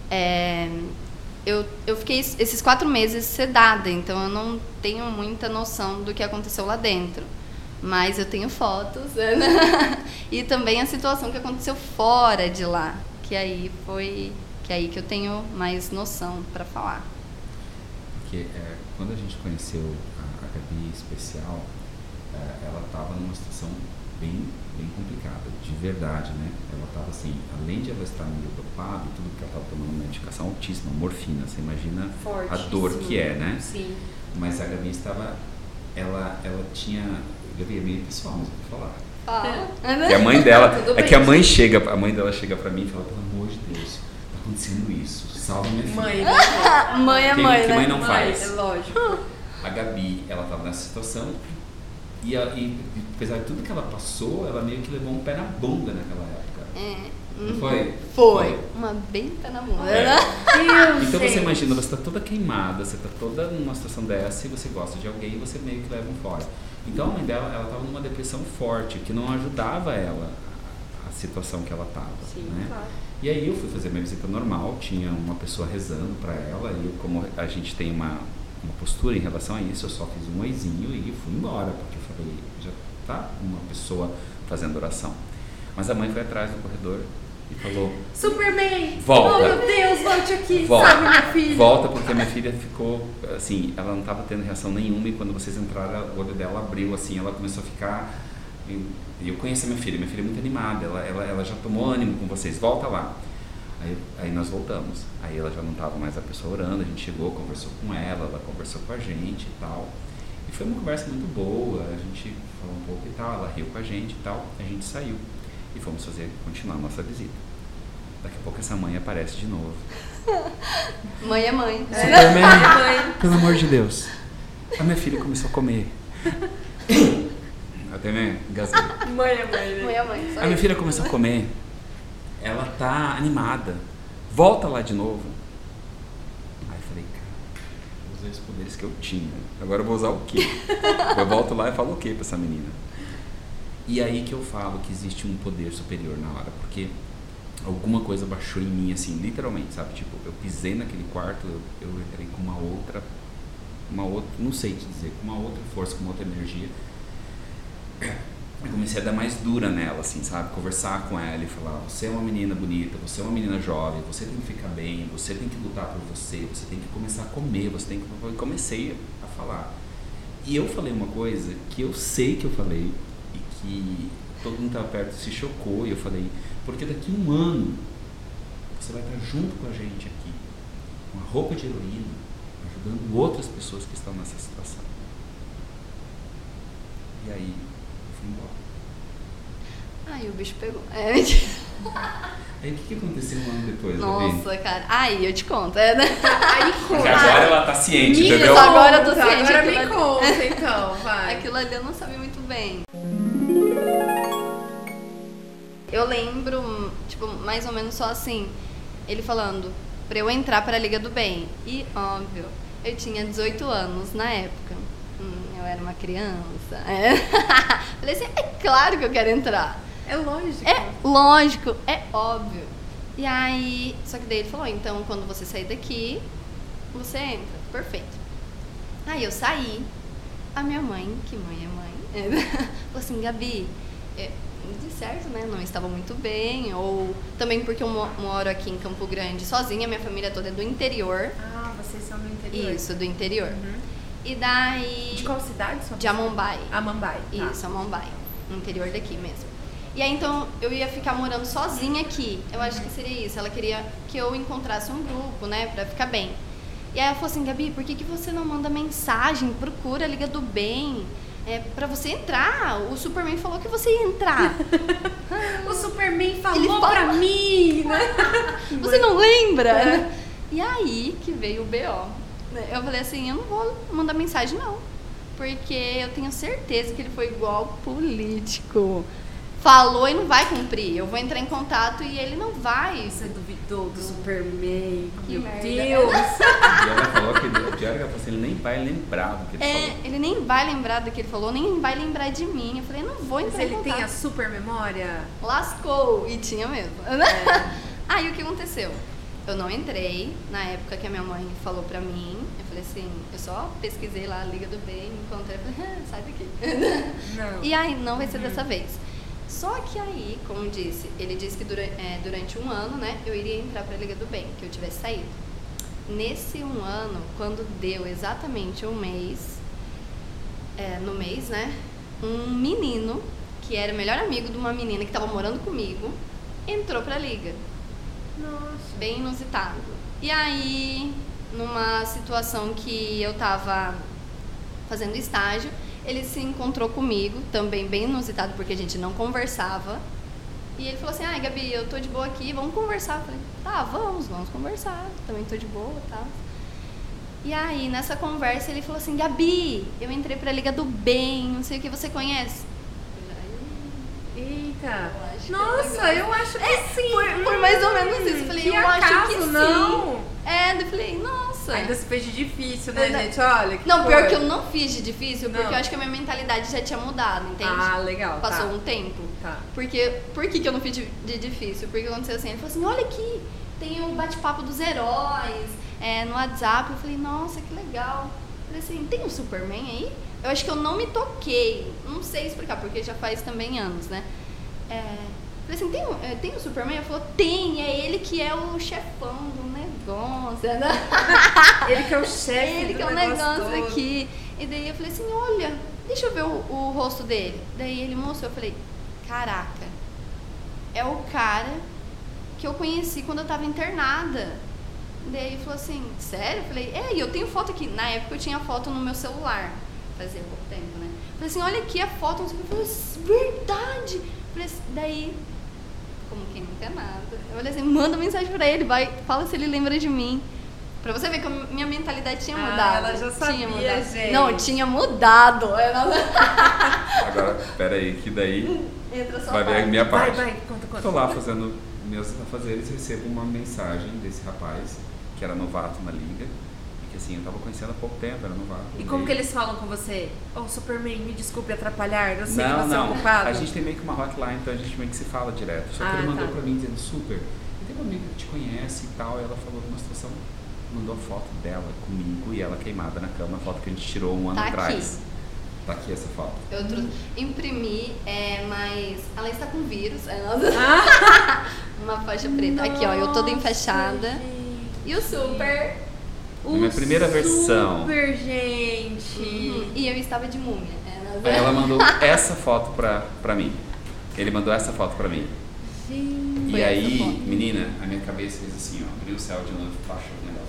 eu fiquei esses 4 meses sedada, então eu não tenho muita noção do que aconteceu lá dentro. Mas eu tenho fotos, né? E também a situação que aconteceu fora de lá, que aí que eu tenho mais noção para falar. Porque quando a gente conheceu a Gabi especial, ela estava numa situação bem complicada, de verdade, né? Ela estava assim, além de ela estar meio dopada e tudo, porque ela estava tomando uma medicação altíssima, morfina, você imagina a dor que é, né? Sim. Mas a Gabi estava, ela tinha, Gabi é meio pessoal, mas eu vou falar. Que a mãe dela, que a mãe dela chega pra mim e fala, pelo amor de Deus, tá acontecendo isso, salva minha filha. Mãe, mãe é mãe, que né? mãe não faz? É lógico. A Gabi, ela estava nessa situação e apesar de tudo que ela passou, ela meio que levou um pé na bunda naquela época. Não foi? Foi. Uma bem pé na bunda. Então você imagina, você está toda queimada, você está toda numa situação dessa e você gosta de alguém e você meio que leva um fora. Então a mãe dela, ela estava numa depressão forte, que não ajudava ela, a situação que ela estava. Né? Claro. E aí eu fui fazer minha visita normal, tinha uma pessoa rezando para ela, e como a gente tem postura em relação a isso, eu só fiz um oizinho e fui embora, porque eu falei, já tá uma pessoa fazendo oração. Mas a mãe foi atrás do corredor e falou, Superman! volta! Oh meu Deus, volte aqui, Volta. sabe, minha filha? Volta, porque a minha filha ficou, assim, ela não estava tendo reação nenhuma, e quando vocês entraram, o olho dela abriu, assim, ela começou a ficar... E eu conheço a minha filha é muito animada, ela já tomou ânimo com vocês, volta lá. Aí nós voltamos, aí ela já não estava mais a pessoa orando, a gente chegou, conversou com ela conversou com a gente e tal. E foi uma conversa muito boa, a gente falou um pouco e tal, ela riu com a gente e tal, a gente saiu e fomos continuar a nossa visita. Daqui a pouco essa mãe aparece de novo. Mãe é mãe. Superman, pelo amor de Deus. A minha filha começou a comer. Até me engasguei. Mãe é mãe, né? Mãe é mãe. Só A minha isso. filha começou a comer. Ela tá animada. Volta lá de novo. Aí eu falei, cara, eu usei os poderes que eu tinha. Agora eu vou usar o quê? Eu volto lá e falo o quê pra essa menina? E aí que eu falo que existe um poder superior na hora, porque alguma coisa baixou em mim, assim, literalmente, sabe? Tipo, eu pisei naquele quarto, eu entrei com uma outra, não sei te dizer, com uma outra força, com uma outra energia. Eu comecei a dar mais dura nela, assim, sabe? Conversar com ela e falar, você é uma menina bonita, você é uma menina jovem, você tem que ficar bem, você tem que lutar por você tem que começar a comer, você tem que... Eu comecei a falar. E eu falei uma coisa que eu sei que eu falei e que todo mundo que estava perto se chocou, e eu falei, porque daqui a um ano você vai estar junto com a gente aqui, com a roupa de heroína, ajudando outras pessoas que estão nessa situação. E aí eu fui embora. Ai, o bicho pegou. É, Aí o que aconteceu um ano depois, Gabi? nossa, cara. Aí eu te conto. É, né? Aí Porque conta. agora ela tá ciente, Me entendeu? conta, Agora eu tô ciente, Agora aquilo me ali. conta, então, vai. Aquilo ali eu não sabia muito bem. Eu lembro, tipo, mais ou menos só assim, ele falando pra eu entrar pra Liga do Bem. E, óbvio, eu tinha 18 anos na época. Eu era uma criança. É. Falei assim, é claro que eu quero entrar. É lógico. É lógico, é óbvio. E aí, só que daí ele falou, então quando você sair daqui, você entra. Perfeito. Aí eu saí, a minha mãe, que mãe é mãe, falou assim, Gabi, de certo, né, não estava muito bem, ou também porque eu moro aqui em Campo Grande sozinha, minha família toda é do interior. Ah, vocês são do interior. Isso, do interior. Uhum. E daí... De qual cidade? De Amambai. Amambai. Tá. Isso, Amambai, no interior daqui mesmo. E aí, então, eu ia ficar morando sozinha aqui. Eu acho que seria isso. Ela queria que eu encontrasse um grupo, né, pra ficar bem. E aí ela falou assim, Gabi, por que você não manda mensagem? Procura a Liga do Bem, pra você entrar. O Superman falou que você ia entrar. O Superman Ele falou fala- pra mim, né? Você não lembra? É. E aí que veio o BO. Eu falei assim, eu não vou mandar mensagem, não. Porque eu tenho certeza que ele foi igual político. Falou e não vai cumprir. Eu vou entrar em contato e ele não vai. Você duvidou do Superman. Que Meu merda. Deus. E ela falou que o pior é que ela falou assim, ele nem vai lembrar do que ele falou. Ele nem vai lembrar do que ele falou, nem vai lembrar de mim. Eu falei, eu não vou Mas entrar em ele contato. tem a super memória? Lascou. E tinha mesmo. Aí o que aconteceu? Eu não entrei na época que a minha mãe falou pra mim. Eu falei assim, eu só pesquisei lá a Liga do Bem, encontrei, falei, sai daqui. Não. E aí, não vai ser dessa vez. Só que aí, como disse, ele disse que durante um ano, né, eu iria entrar pra Liga do Bem, que eu tivesse saído. Nesse um ano, quando deu exatamente um mês, no mês, né, um menino, que era o melhor amigo de uma menina que tava morando comigo, entrou pra Liga. Nossa. Bem inusitado. E aí, numa situação que eu tava fazendo estágio, ele se encontrou comigo, também bem inusitado, porque a gente não conversava. E ele falou assim, ai, Gabi, eu tô de boa aqui, vamos conversar. Eu falei, tá, vamos conversar, também tô de boa e tal. E aí, nessa conversa, ele falou assim, Gabi, eu entrei pra Liga do Bem, não sei o que, você conhece? Eita. Eu acho que Nossa, é eu acho que sim. Foi mais ou menos isso. Eu falei, que eu acaso, acho que não. sim. Daí eu falei, nossa. Ainda se fez de difícil, né, Não. gente? Olha, que Não, pior coisa. que eu não fiz de difícil, porque Não. eu acho que a minha mentalidade já tinha mudado, entende? Ah, legal. Passou tá. um tempo. Tá. Porque, por que eu não fiz de difícil? Porque aconteceu assim, ele falou assim, olha aqui, tem o bate-papo dos heróis no WhatsApp. Eu falei, nossa, que legal. Falei assim, tem um Superman aí? Eu acho que eu não me toquei, não sei explicar, porque já faz também anos, né? Falei assim, tem um Superman? Ele falou, tem, é ele que é o chefão do negócio, né? Ele que é o chefe ele do que é o negócio negócio todo. aqui. E daí eu falei assim, olha, deixa eu ver o rosto dele. Daí ele mostrou, eu falei, caraca, é o cara que eu conheci quando eu tava internada. Daí ele falou assim, sério? Eu falei, e eu tenho foto aqui. Na época eu tinha foto no meu celular, fazia pouco tempo, né? Eu falei assim, olha aqui a foto. Eu falei, verdade. Eu falei assim, daí, como quem não quer nada, eu falei assim, manda mensagem pra ele, fala se ele lembra de mim. Pra você ver que a minha mentalidade tinha mudado. Ela já sabia, tinha mudado. gente. Não, tinha mudado. Agora, peraí, que daí Entra só vai ver a minha parte. Vai, conta. Tô lá fazendo meus afazeres, recebo uma mensagem desse rapaz, que era novato na liga, e que assim, eu tava conhecendo há pouco tempo, era novato. E como que eles falam com você? Superman, me desculpe atrapalhar, eu sei que você é Não, ocupado. a gente tem meio que uma hotline, então a gente meio que se fala direto. Só que ele mandou pra mim dizendo, super, eu tenho uma amiga que te conhece e tal, e ela falou de uma situação, mandou foto dela comigo e ela queimada na cama, a foto que a gente tirou um ano atrás. Tá aqui essa foto. Eu imprimi, mas ela está com vírus. Uma faixa preta. Nossa, aqui, ó, eu toda enfaixada. Gente. E o super. Minha primeira versão. Super, gente. E eu estava de múmia. Aí ela mandou essa foto pra mim. Ele mandou essa foto pra mim. Gente. E aí, menina, a minha cabeça fez assim, ó, abriu o céu de novo, baixou o negócio.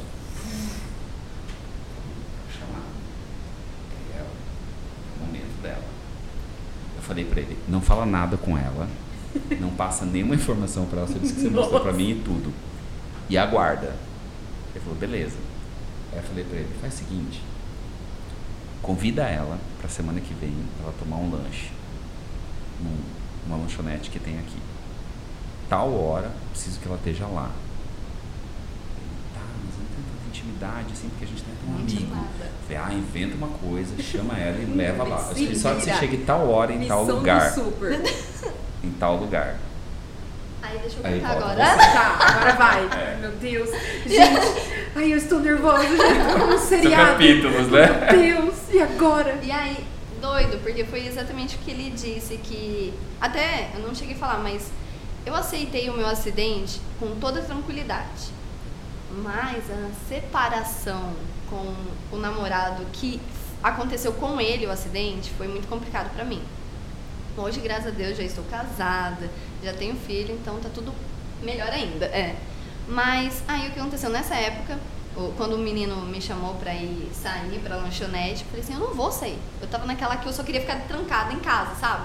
Vou chamar. É o momento dela. Eu falei pra ele, não fala nada com ela, não passa nenhuma informação pra ela sobre isso que você mostrou pra mim e tudo. E aguarda. Ele falou, beleza. Aí eu falei pra ele, faz o seguinte, convida ela pra semana que vem pra ela tomar um lanche numa lanchonete que tem aqui. Tal hora, preciso que ela esteja lá. Tá, mas não tem tanta intimidade assim, porque a gente não é tão amigo. Falei, inventa uma coisa, chama ela e leva lá. Só que você chegue tal hora em tal lugar. Em tal lugar. Aí deixa eu Aí contar volta agora. Tá, agora vai. Meu Deus. Gente, ai, eu estou nervosa, gente. Tô como seriado. São capítulos, né? Meu Deus, e agora? E aí, doido, porque foi exatamente o que ele disse, que até, eu não cheguei a falar, mas eu aceitei o meu acidente com toda tranquilidade. Mas a separação com o namorado que aconteceu com ele, o acidente, foi muito complicado pra mim. Hoje, graças a Deus, já estou casada, já tenho filho, então tá tudo melhor ainda. Mas aí o que aconteceu nessa época, quando o menino me chamou pra ir sair pra lanchonete, eu falei assim, eu não vou sair. Eu tava naquela que eu só queria ficar trancada em casa, sabe?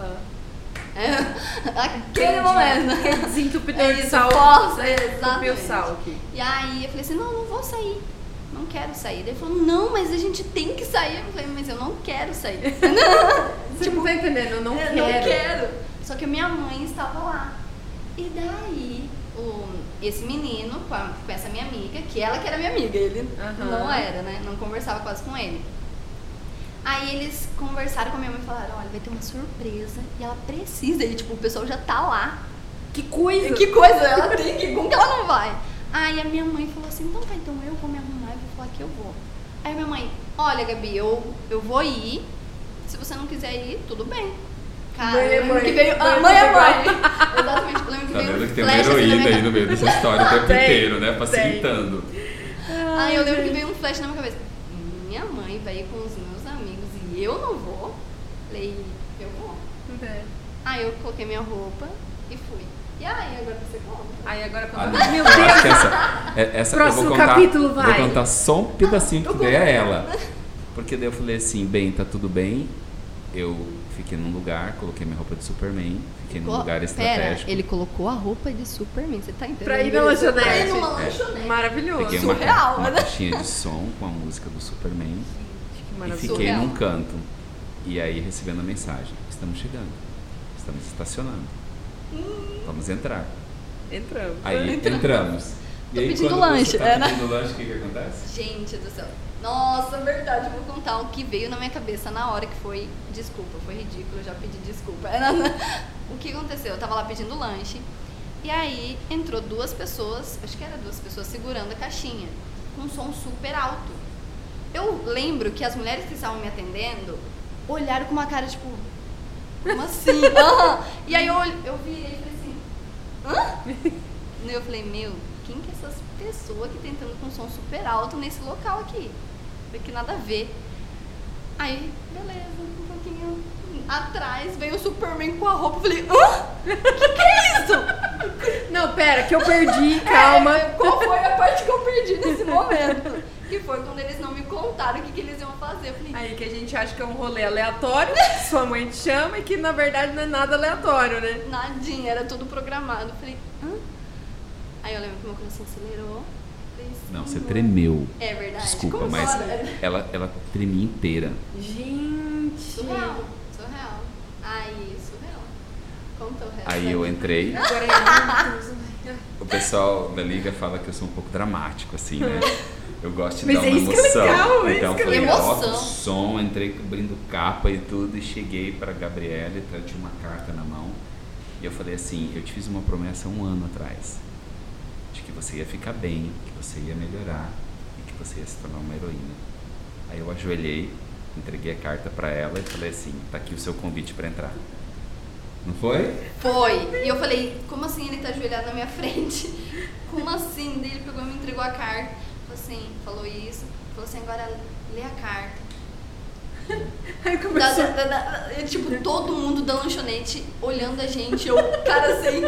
Aquele momento. Desentupidor de Isso, sal. exatamente. O sal aqui. E aí eu falei assim, não vou sair. Não quero sair. Daí ele falou, não, mas a gente tem que sair. Eu falei, mas eu não quero sair. Você não tá entendendo, eu não quero. Não quero. Só que a minha mãe estava lá. E daí, esse menino, com essa minha amiga, que ela que era minha amiga, ele não era, né? Não conversava quase com ele. Aí eles conversaram com a minha mãe e falaram, olha, vai ter uma surpresa e ela precisa. E tipo, o pessoal já tá lá. Que coisa! Que coisa, ela tem que ir, como que ela não vai? Aí a minha mãe falou assim, então tá, então eu vou me arrumar e vou falar que eu vou. Aí a minha mãe, olha Gabi, eu vou ir, se você não quiser ir, tudo bem. Cara, mãe é mãe. Que veio, a mãe é mãe. Exatamente, eu lembro que Tá veio vendo um que tem uma flash assim na heroína minha aí no meio dessa história o tempo inteiro, né? Facilitando. Aí eu lembro que veio um flash na minha cabeça. Minha mãe vai ir com os meus amigos e eu não vou. Falei, eu vou. Aí eu coloquei minha roupa e fui. E aí, agora você conta. Aí agora Ah, quando... Meu eu acho Deus! que essa Próximo eu vou contar, capítulo vai. Vou contar só um pedacinho que daí é ela. Porque daí eu falei assim, bem, tá tudo bem. Eu fiquei num lugar, coloquei minha roupa de Superman, fiquei num lugar estratégico. Pera, ele colocou a roupa de Superman, você tá entendendo? Pra ir na lanchonete. Pra ir numa lanchonete. Maravilhoso. Peguei Surreal, uma né? caixinha de som com a música do Superman e Maravilhoso. fiquei Surreal. num canto. E aí recebendo a mensagem, estamos chegando, estamos estacionando, vamos entrar. Entramos. Aí entramos. Tô E aí pedindo quando lanche, você tá né? pedindo lanche, o que acontece? Gente do céu. Nossa, verdade, eu vou contar o que veio na minha cabeça na hora que foi desculpa, foi ridículo, eu já pedi desculpa. O que aconteceu? Eu tava lá pedindo lanche e aí entrou duas pessoas, acho que eram duas pessoas segurando a caixinha, com um som super alto. Eu lembro que as mulheres que estavam me atendendo olharam com uma cara tipo, como assim? E aí eu virei e falei assim, hã? E eu falei, meu, quem que é essas pessoas que tentando com som super alto nesse local aqui? Que nada a ver. Aí, beleza, um pouquinho atrás veio o Superman com a roupa. Eu falei, hã? Que é isso? Não, pera, que eu perdi, calma. Qual foi a parte que eu perdi nesse momento? Que foi quando eles não me contaram o que eles iam fazer. Eu falei, Aí que a gente acha que é um rolê aleatório, sua mãe te chama, e que na verdade não é nada aleatório, né? nadinha, era tudo programado. Eu falei, hã? Aí eu lembro que meu coração acelerou. Não, você tremeu. É verdade. Desculpa, Como mas fora? ela tremia inteira. Gente. Surreal. Aí, surreal. Conta o resto. Aí eu entrei. Agora é O pessoal da liga fala que eu sou um pouco dramático, assim, né? Eu gosto de Mas dar uma é isso que é emoção. legal, é Então isso que é falei, legal. bota o Emoção. som, entrei cobrindo capa e tudo, e cheguei pra Gabriela, então eu tinha uma carta na mão. E eu falei assim, eu te fiz uma promessa 1 ano atrás. De que você ia ficar bem, que você ia melhorar e que você ia se tornar uma heroína. Aí eu ajoelhei, entreguei a carta pra ela e falei assim, tá aqui o seu convite pra entrar. Não foi? Foi. E eu falei, como assim ele tá ajoelhado na minha frente? Como assim? Daí ele pegou e me entregou a carta. Falou assim, falou isso. Falou assim, agora lê a carta. Aí começou. Tipo, todo mundo da lanchonete olhando a gente, eu, cara, assim.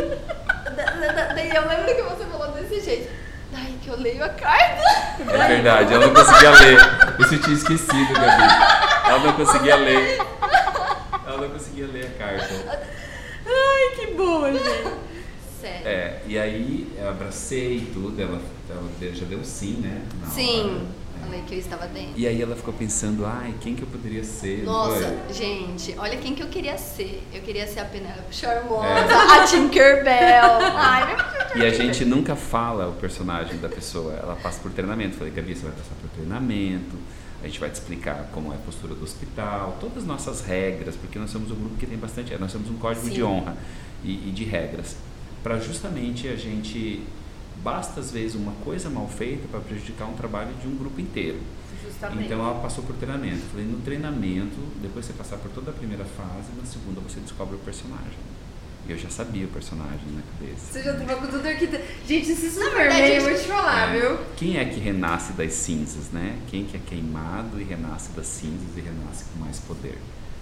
Daí eu lembro que você falou desse jeito. Daí que eu leio a carta. É verdade, ela não conseguia ler. Isso eu tinha esquecido, Gabi. Ela não conseguia ler. Ela não conseguia ler a carta. Ai, que boa, gente. Sério. E aí eu abracei e tudo, ela já deu sim, né? na Sim. hora. Falei que eu estava dentro. E aí ela ficou pensando, ai, quem que eu poderia ser? não Nossa, foi? gente, olha quem que eu queria ser. Eu queria ser a Penélope Charmosa, a Tinkerbell. Ai, E a gente nunca fala o personagem da pessoa, ela passa por treinamento. Falei, Gabi, você vai passar por treinamento, a gente vai te explicar como é a postura do hospital, todas as nossas regras, porque nós somos um grupo que tem bastante, nós temos um código Sim. de honra e de regras, para justamente a gente, basta às vezes uma coisa mal feita para prejudicar um trabalho de um grupo inteiro. Justamente. Então ela passou por treinamento. Falei, no treinamento, depois você passar por toda a primeira fase, na segunda você descobre o personagem. E eu já sabia o personagem na cabeça. Você já tava com tudo arquiteto. Gente, esse Na Superman, verdade, eu vou te falar, viu? Quem é que renasce das cinzas, né? Quem que é queimado e renasce das cinzas e renasce com mais poder?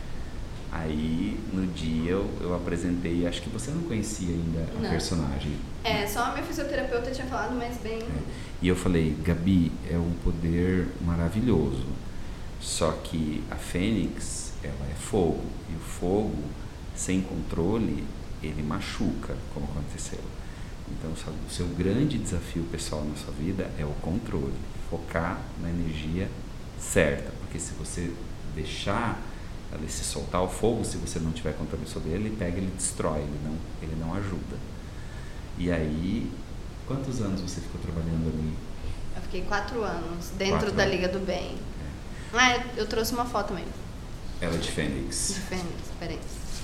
Aí, no dia, eu apresentei, acho que você não conhecia ainda a Não. personagem. só a minha fisioterapeuta tinha falado, mas bem. E eu falei, Gabi, é um poder maravilhoso. Só que a Fênix, ela é fogo. E o fogo, sem controle, ele machuca, como aconteceu. Então, o seu grande desafio pessoal na sua vida é o controle. Focar na energia certa. Porque se você deixar ele se soltar o fogo, se você não tiver controle sobre ele, ele pega, ele destrói, ele não ajuda. E aí, quantos anos você ficou trabalhando ali? Eu fiquei 4 anos dentro 4 da anos. Liga do Bem. Eu trouxe uma foto mesmo. Ela de Fênix. De Fênix, peraí.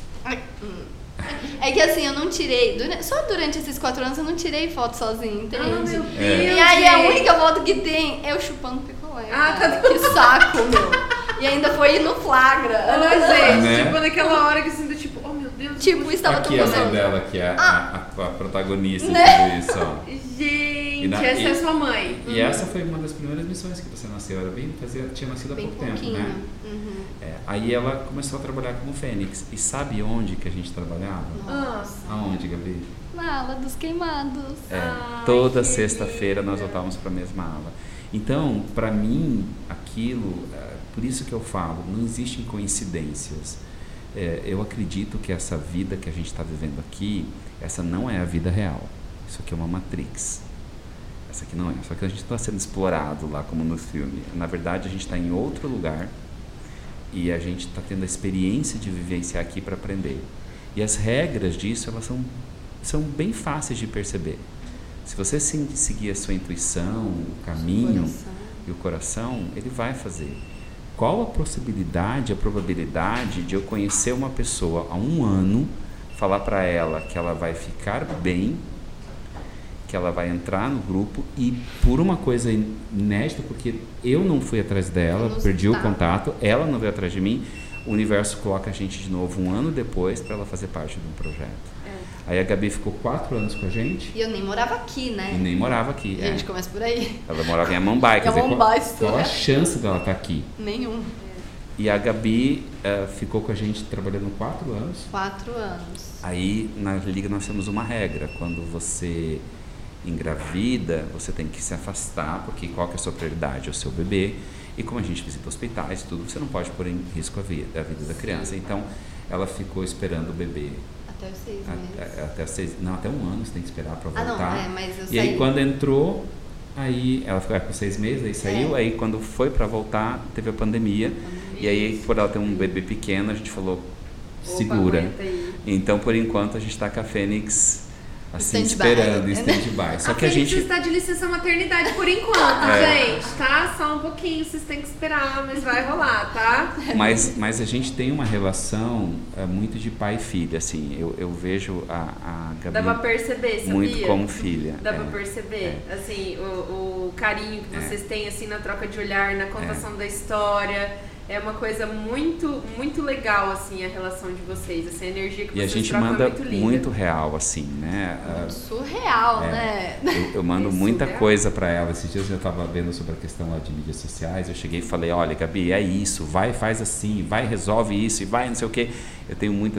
É que assim, eu não tirei. Só durante esses 4 anos eu não tirei foto sozinha, entende? Ah, meu Deus, E aí a gente. única foto que tem é eu chupando picolé. Ah, cara. tá. Que saco, meu. E ainda foi no flagra. Ah, gente, Né? tipo naquela hora que você sinto, tipo, oh meu Deus. Tipo, estava Aqui a mãe tomando. dela, que é a protagonista Né? de tudo isso, ó. Gente, essa é sua mãe. E essa foi uma das primeiras missões que você nasceu. Tinha nascido há Bem pouco tempo, pouquinho. né? Uhum. Aí ela começou a trabalhar como Fênix. E sabe onde que a gente trabalhava? Nossa. Aonde, Gabi? Na ala dos queimados. Ai, Toda que sexta-feira nós lindo. voltávamos para a mesma aula. Então, para mim, aquilo, por isso que eu falo, não existem coincidências. Eu acredito que essa vida que a gente está vivendo aqui, essa não é a vida real. Isso aqui é uma Matrix. Essa aqui não é. Só que a gente está sendo explorado lá, como no filme. Na verdade, a gente está em outro lugar e a gente está tendo a experiência de vivenciar aqui para aprender. E as regras disso, elas são bem fáceis de perceber. Se você seguir a sua intuição, o caminho e o coração, ele vai fazer. Qual a possibilidade, a probabilidade de eu conhecer uma pessoa há 1 ano, falar para ela que ela vai ficar bem, que ela vai entrar no grupo e por uma coisa inédita, porque eu não fui atrás dela, perdi o contato, ela não veio atrás de mim, o universo coloca a gente de novo 1 ano depois para ela fazer parte de um projeto. Aí a Gabi ficou 4 anos com a gente. E eu nem morava aqui, né? E nem morava aqui. A gente começa por aí. Ela morava em Amambai. Quer dizer, qual a chance dela estar aqui? Nenhum. E a Gabi ficou com a gente trabalhando 4 anos. 4 anos. Aí na Liga nós temos uma regra. Quando você engravida, você tem que se afastar, porque qual que é a sua prioridade? É o seu bebê. E como a gente visita hospitais e tudo, você não pode pôr em risco a vida da criança. Então, ela ficou esperando o bebê. Até os 6 meses. Até 1 ano você tem que esperar para voltar. Não, mas eu e aí quando entrou, aí ela ficou com 6 meses, aí saiu, aí quando foi para voltar, teve a pandemia. E aí, por ela ter um bebê pequeno, a gente falou, segura. Então, por enquanto, a gente está com a Fênix assim, esperando, em stand-by. Só que a gente está de licença maternidade por enquanto, gente, tá? Só um pouquinho, vocês têm que esperar, mas vai rolar, tá? Mas a gente tem uma relação muito de pai e filha, assim. Eu vejo a Gabi... Dá pra perceber, sabia? Muito como filha. Dá pra perceber, assim, o carinho que vocês têm, assim, na troca de olhar, na contação da história. É uma coisa muito, muito legal, assim, a relação de vocês, essa energia que vocês trocam é muito linda. E a gente manda muito real, assim, né? Surreal, né? Eu mando muita coisa para ela. Esses dias eu estava vendo sobre a questão lá de mídias sociais, eu cheguei e falei, olha, Gabi, é isso, vai, faz assim, vai, resolve isso, e vai, não sei o quê. Eu tenho muito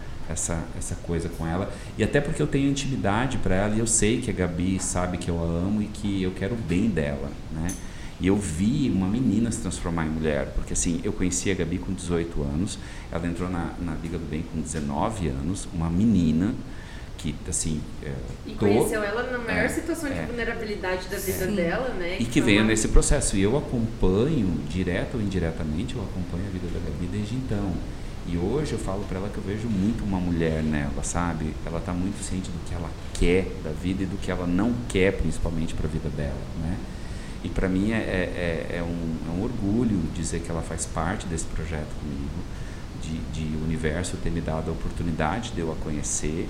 essa coisa com ela, e até porque eu tenho intimidade para ela, e eu sei que a Gabi sabe que eu a amo e que eu quero o bem dela, né? E eu vi uma menina se transformar em mulher, porque assim, eu conheci a Gabi com 18 anos, ela entrou na Liga do Bem com 19 anos, uma menina que, assim... E conheceu ela na maior situação de vulnerabilidade da vida dela, né? E que veio nesse processo, e eu acompanho, direta ou indiretamente, eu acompanho a vida da Gabi desde então. E hoje eu falo para ela que eu vejo muito uma mulher nela, sabe? Ela está muito ciente do que ela quer da vida e do que ela não quer, principalmente para a vida dela, né? E para mim é um orgulho dizer que ela faz parte desse projeto comigo, de o universo ter me dado a oportunidade de eu a conhecer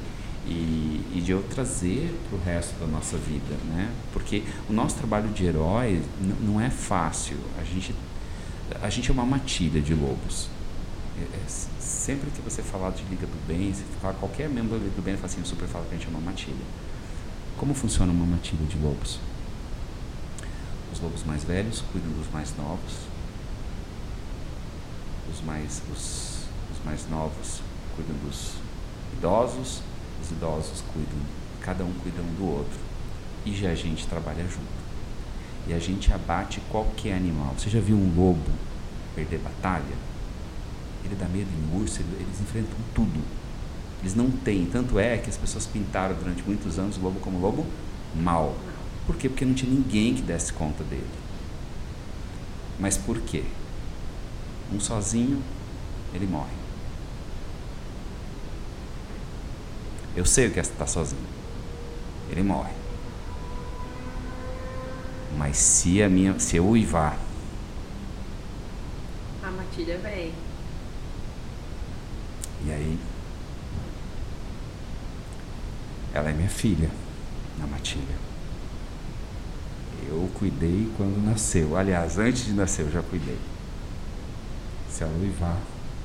e de eu trazer para o resto da nossa vida, né? Porque o nosso trabalho de herói não é fácil. A gente é uma matilha de lobos. Sempre que você falar de Liga do Bem, se falar qualquer membro da Liga do Bem, fala assim, eu super falo que a gente é uma matilha. Como funciona uma matilha de lobos? Os lobos mais velhos cuidam dos mais novos, os mais novos cuidam dos idosos, os idosos cuidam, cada um cuida um do outro, e já a gente trabalha junto. E a gente abate qualquer animal. Você já viu um lobo perder batalha? Ele dá medo em urso, eles enfrentam tudo. Eles não têm, tanto é que as pessoas pintaram durante muitos anos o lobo como lobo mau. Por quê? Porque não tinha ninguém que desse conta dele. Mas por quê? Um sozinho, ele morre. Eu sei o que é estar sozinho. Ele morre. Mas se eu uivar, a matilha vem. E aí, ela é minha filha, na matilha. Eu cuidei quando nasceu. Aliás, antes de nascer eu já cuidei. Se ela uivar.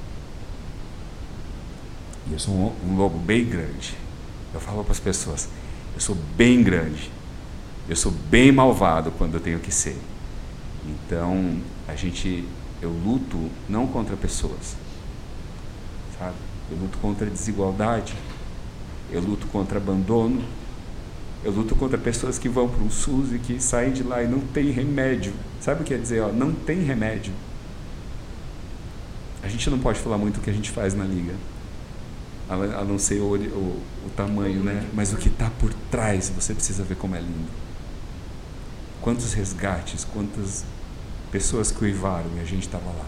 E eu sou um lobo bem grande. Eu falo para as pessoas, eu sou bem grande. Eu sou bem malvado quando eu tenho que ser. Então, eu luto não contra pessoas. Sabe? Eu luto contra a desigualdade. Eu luto contra abandono. Eu luto contra pessoas que vão para um SUS e que saem de lá e não tem remédio. Sabe o que quer dizer? Não tem remédio. A gente não pode falar muito o que a gente faz na Liga, a não ser o tamanho, né? Mas o que está por trás, você precisa ver como é lindo. Quantos resgates, quantas pessoas que uivaram e a gente estava lá.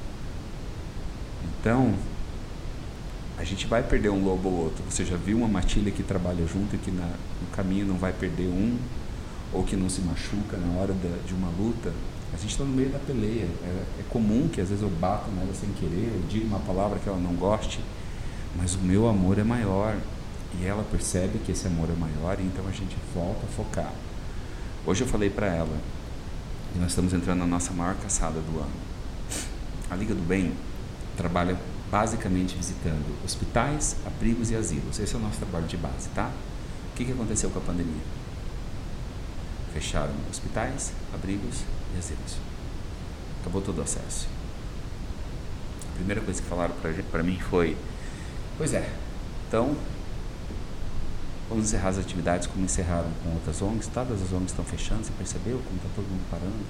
Então, a gente vai perder um lobo ou outro. Você já viu uma matilha que trabalha junto e que no caminho não vai perder um, ou que não se machuca na hora de uma luta? A gente está no meio da peleia. É comum que às vezes eu bato nela sem querer, eu digo uma palavra que ela não goste, mas o meu amor é maior. E ela percebe que esse amor é maior, e então a gente volta a focar. Hoje eu falei para ela, e nós estamos entrando na nossa maior caçada do ano. A Liga do Bem trabalha basicamente visitando hospitais, abrigos e asilos. Esse é o nosso trabalho de base, tá? O que aconteceu com a pandemia? Fecharam hospitais, abrigos e asilos. Acabou todo o acesso. A primeira coisa que falaram para mim foi: pois é, então vamos encerrar as atividades como encerraram com outras ONGs. Todas as ONGs estão fechando, você percebeu como está todo mundo parando?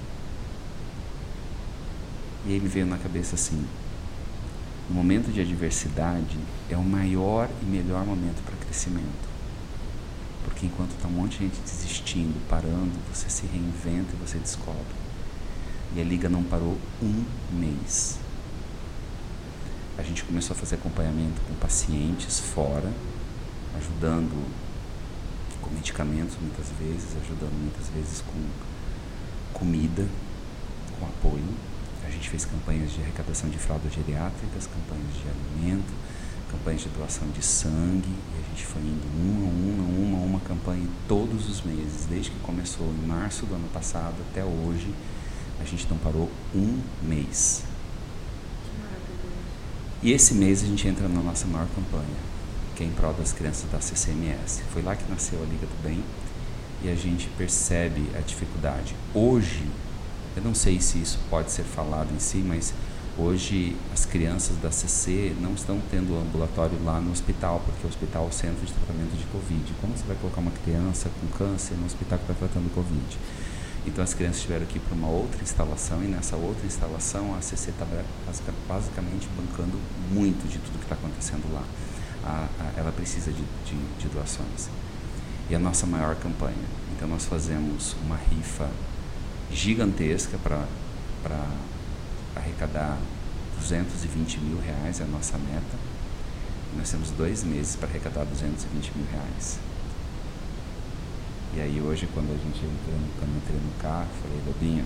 E aí me veio na cabeça assim: o momento de adversidade é o maior e melhor momento para crescimento. Porque enquanto está um monte de gente desistindo, parando, você se reinventa e você descobre. E a Liga não parou um mês. A gente começou a fazer acompanhamento com pacientes fora, ajudando com medicamentos muitas vezes, ajudando muitas vezes com comida, com apoio. A gente fez campanhas de arrecadação de fraldas geriátricas, campanhas de alimento, campanhas de doação de sangue, e a gente foi indo uma campanha todos os meses, desde que começou em março do ano passado até hoje. A gente não parou um mês. E esse mês a gente entra na nossa maior campanha, que é em prol das crianças da CCMS. Foi lá que nasceu a Liga do Bem, e a gente percebe a dificuldade. Hoje, eu não sei se isso pode ser falado em si, mas hoje as crianças da CC não estão tendo ambulatório lá no hospital, porque o hospital é o centro de tratamento de Covid. Como você vai colocar uma criança com câncer no hospital que está tratando Covid? Então as crianças tiveram que ir para uma outra instalação, e nessa outra instalação a CC está basicamente bancando muito de tudo que está acontecendo lá. Ela precisa de doações. E a nossa maior campanha. Então nós fazemos uma rifa gigantesca para arrecadar 220 mil reais, é a nossa meta. E nós temos 2 meses para arrecadar 220 mil reais. E aí hoje, quando eu entrei no carro, falei: Lobinha,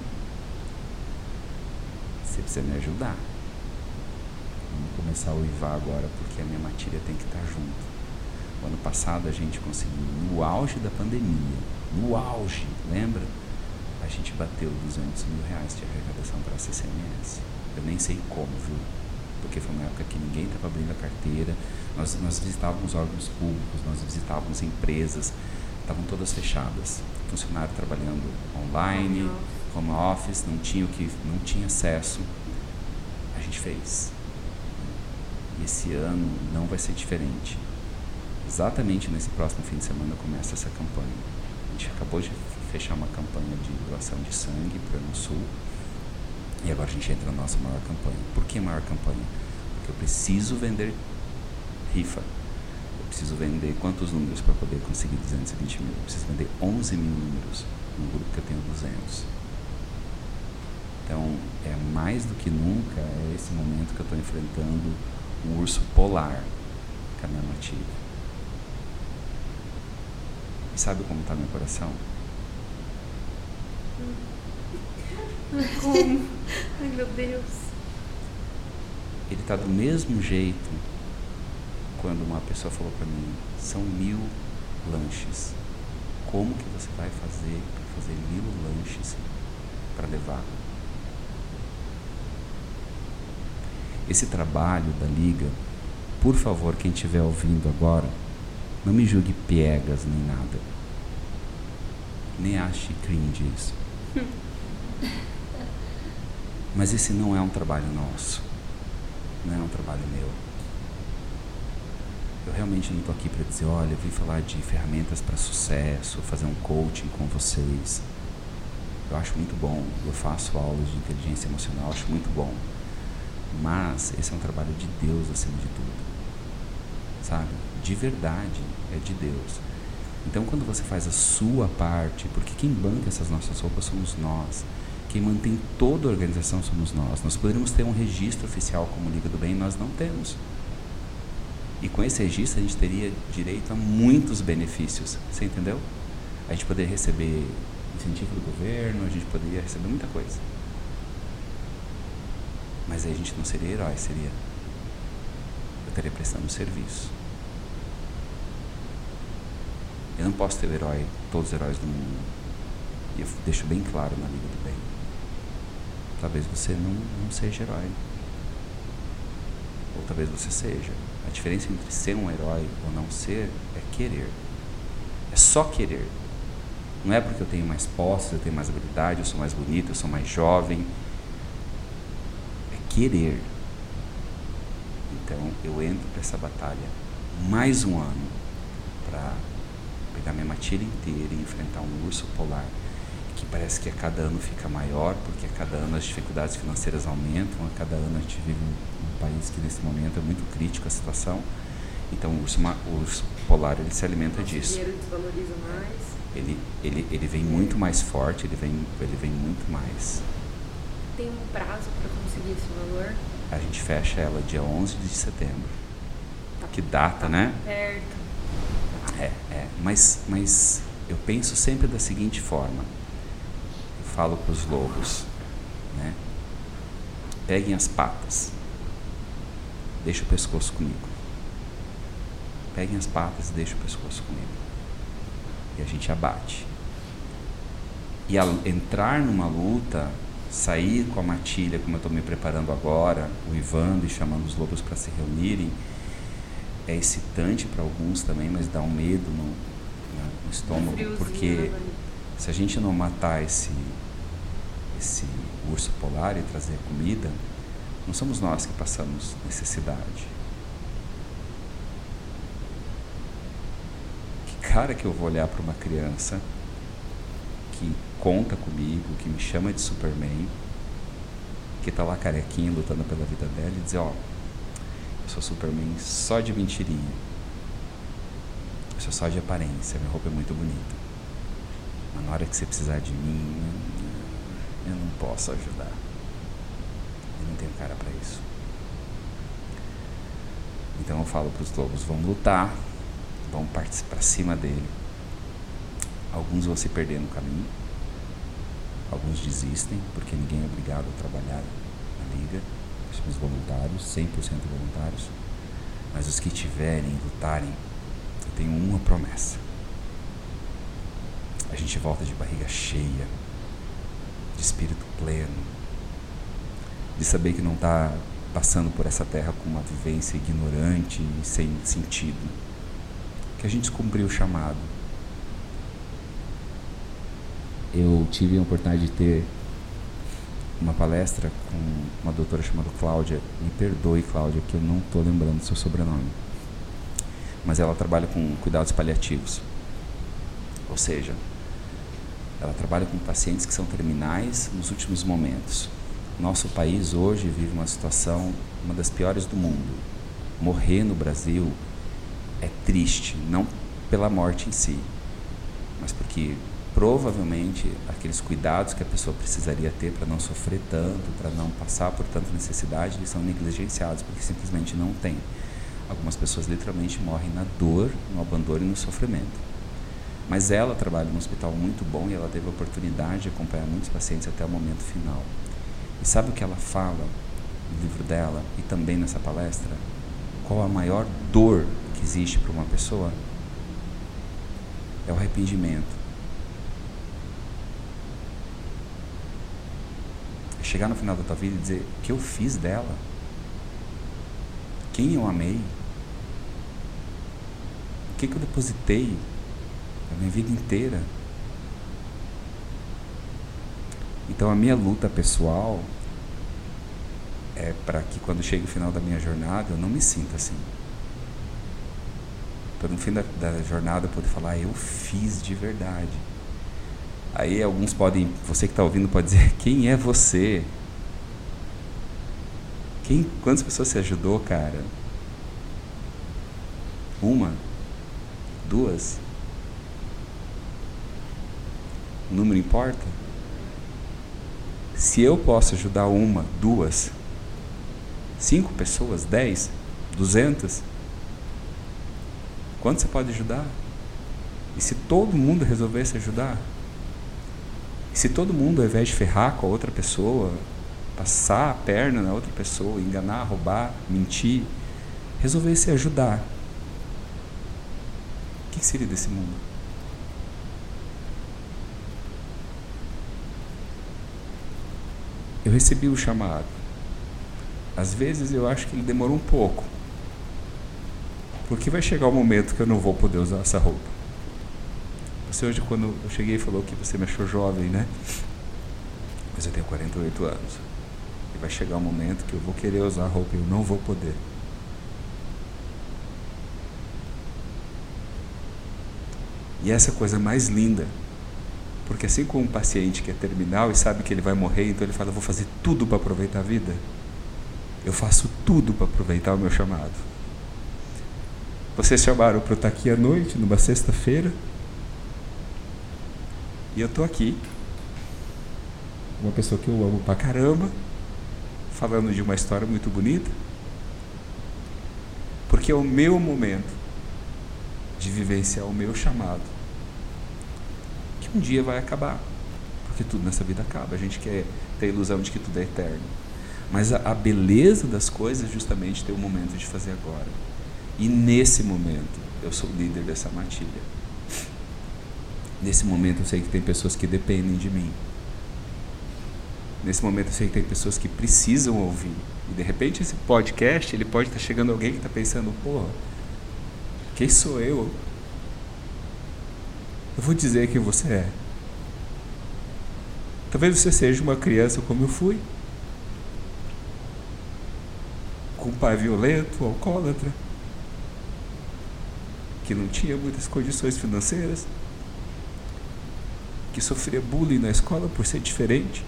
você precisa me ajudar. Vamos começar a uivar agora, porque a minha matilha tem que estar junto. O ano passado a gente conseguiu, no auge da pandemia, no auge, lembra? A gente bateu 200 mil reais de arrecadação para a CCMS. Eu nem sei como, viu? Porque foi uma época que ninguém estava abrindo a carteira. Nós visitávamos órgãos públicos, nós visitávamos empresas, estavam todas fechadas. Funcionário trabalhando online, home office, não tinha acesso. A gente fez. E esse ano não vai ser diferente. Exatamente nesse próximo fim de semana começa essa campanha. A gente acabou de fechar uma campanha de doação de sangue para o Sul, e agora a gente entra na nossa maior campanha. Por que maior campanha? Porque eu preciso vender rifa. Eu preciso vender quantos números para poder conseguir 220 mil? Eu preciso vender 11 mil números no grupo que eu tenho 200. Então, é mais do que nunca, é esse momento que eu estou enfrentando um urso polar com a minha matilha. E sabe como está meu coração? Como? Ai, meu Deus. Ele está do mesmo jeito quando uma pessoa falou para mim: são 1000 lanches. Como que você vai fazer para fazer 1000 lanches para levar? Esse trabalho da Liga, por favor, quem estiver ouvindo agora, não me julgue piegas nem nada. Nem ache cringe isso. Mas esse não é um trabalho nosso. Não é um trabalho meu. Eu realmente não estou aqui para dizer: olha, eu vim falar de ferramentas para sucesso, fazer um coaching com vocês. Eu acho muito bom. Eu faço aulas de inteligência emocional, acho muito bom. Mas esse é um trabalho de Deus acima de tudo. Sabe? De verdade, é de Deus. Então, quando você faz a sua parte, porque quem banca essas nossas roupas somos nós, quem mantém toda a organização somos nós. Nós poderíamos ter um registro oficial como Liga do Bem, nós não temos. E com esse registro a gente teria direito a muitos benefícios, você entendeu? A gente poderia receber incentivo do governo, a gente poderia receber muita coisa. Mas aí a gente não seria herói, seria? Eu estaria prestando serviço. Eu não posso ter o herói, todos os heróis do mundo. E eu deixo bem claro na Liga do Bem. Talvez você não seja herói. Ou talvez você seja. A diferença entre ser um herói ou não ser é querer. É só querer. Não é porque eu tenho mais posses, eu tenho mais habilidade, eu sou mais bonito, eu sou mais jovem. É querer. Então eu entro para essa batalha mais um ano para pegar minha matilha inteira e enfrentar um urso polar que parece que a cada ano fica maior, porque a cada ano as dificuldades financeiras aumentam, a cada ano a gente vive um país que nesse momento é muito crítico a situação. Então o urso polar ele se alimenta disso. O dinheiro desvaloriza mais. Ele vem muito mais forte, ele vem muito mais. Tem um prazo para conseguir esse valor? A gente fecha ela dia 11 de setembro. Que data, né? Perto. Mas eu penso sempre da seguinte forma. Eu falo para os lobos, né? Peguem as patas. Deixa o pescoço comigo. Peguem as patas e deixem o pescoço comigo. E a gente abate. E ao entrar numa luta, sair com a matilha, como eu estou me preparando agora, uivando e chamando os lobos para se reunirem, é excitante para alguns também, mas dá um medo no estômago, porque se a gente não matar esse urso polar e trazer comida, não somos nós que passamos necessidade. Que cara que eu vou olhar para uma criança que conta comigo, que me chama de Superman, que tá lá carequinha lutando pela vida dela e dizer, ó, eu sou Superman só de mentirinha, eu sou só de aparência, minha roupa é muito bonita, mas na hora que você precisar de mim, eu não posso ajudar, eu não tenho cara para isso. Então eu falo para os lobos, vão lutar, vão partir para cima dele. Alguns vão se perder no caminho, alguns desistem, porque ninguém é obrigado a trabalhar na liga, somos voluntários, 100% voluntários, mas os que tiverem, lutarem, eu tenho uma promessa: a gente volta de barriga cheia, de espírito pleno, de saber que não está passando por essa terra com uma vivência ignorante e sem sentido, que a gente cumpriu o chamado. Eu tive a oportunidade de ter uma palestra com uma doutora chamada Cláudia. Me perdoe, Cláudia, que eu não estou lembrando do seu sobrenome. Mas ela trabalha com cuidados paliativos. Ou seja, ela trabalha com pacientes que são terminais nos últimos momentos. Nosso país hoje vive uma situação, uma das piores do mundo. Morrer no Brasil é triste, não pela morte em si, mas porque provavelmente aqueles cuidados que a pessoa precisaria ter para não sofrer tanto, para não passar por tanta necessidade, eles são negligenciados, porque simplesmente não tem. Algumas pessoas literalmente morrem na dor, no abandono e no sofrimento. Mas ela trabalha num hospital muito bom e ela teve a oportunidade de acompanhar muitos pacientes até o momento final. E sabe o que ela fala no livro dela e também nessa palestra? Qual a maior dor que existe para uma pessoa? É o arrependimento. Chegar no final da tua vida e dizer o que eu fiz dela, quem eu amei, o que eu depositei a minha vida inteira. Então a minha luta pessoal é para que quando chegue o final da minha jornada eu não me sinta assim, para no fim da jornada eu poder falar, eu fiz de verdade. Aí alguns podem, você que está ouvindo pode dizer, quem é você? Quantas pessoas você ajudou, cara? Uma? Duas? O número importa? Se eu posso ajudar uma, duas, 5 pessoas, 10, 200, quanto você pode ajudar? E se todo mundo resolvesse ajudar? E se todo mundo, ao invés de ferrar com a outra pessoa, passar a perna na outra pessoa, enganar, roubar, mentir, resolvesse ajudar, o que seria desse mundo? eu recebi o chamado. Às vezes eu acho que ele demorou um pouco, porque vai chegar um momento que eu não vou poder usar essa roupa. Você hoje, quando eu cheguei, falou que você me achou jovem, né? Mas eu tenho 48 anos. E vai chegar um momento que eu vou querer usar a roupa e eu não vou poder. E essa é a coisa mais linda. Porque assim como um paciente que é terminal e sabe que ele vai morrer, então ele fala, eu vou fazer tudo para aproveitar a vida. Eu faço tudo para aproveitar o meu chamado. Vocês chamaram para eu estar aqui à noite, numa sexta-feira. E eu estou aqui. Uma pessoa que eu amo pra caramba. Falando de uma história muito bonita. Porque é o meu momento de vivenciar o meu chamado. Que um dia vai acabar. Porque tudo nessa vida acaba. A gente quer ter a ilusão de que tudo é eterno. Mas a beleza das coisas é justamente ter o momento de fazer agora. E nesse momento, eu sou o líder dessa matilha. Nesse momento eu sei que tem pessoas que dependem de mim. Nesse momento eu sei que tem pessoas que precisam ouvir. E de repente esse podcast, ele pode estar chegando alguém que está pensando, porra, quem sou eu? Eu vou dizer quem você é. Talvez você seja uma criança como eu fui. Com um pai violento, alcoólatra. Que não tinha muitas condições financeiras. Que sofria bullying na escola por ser diferente,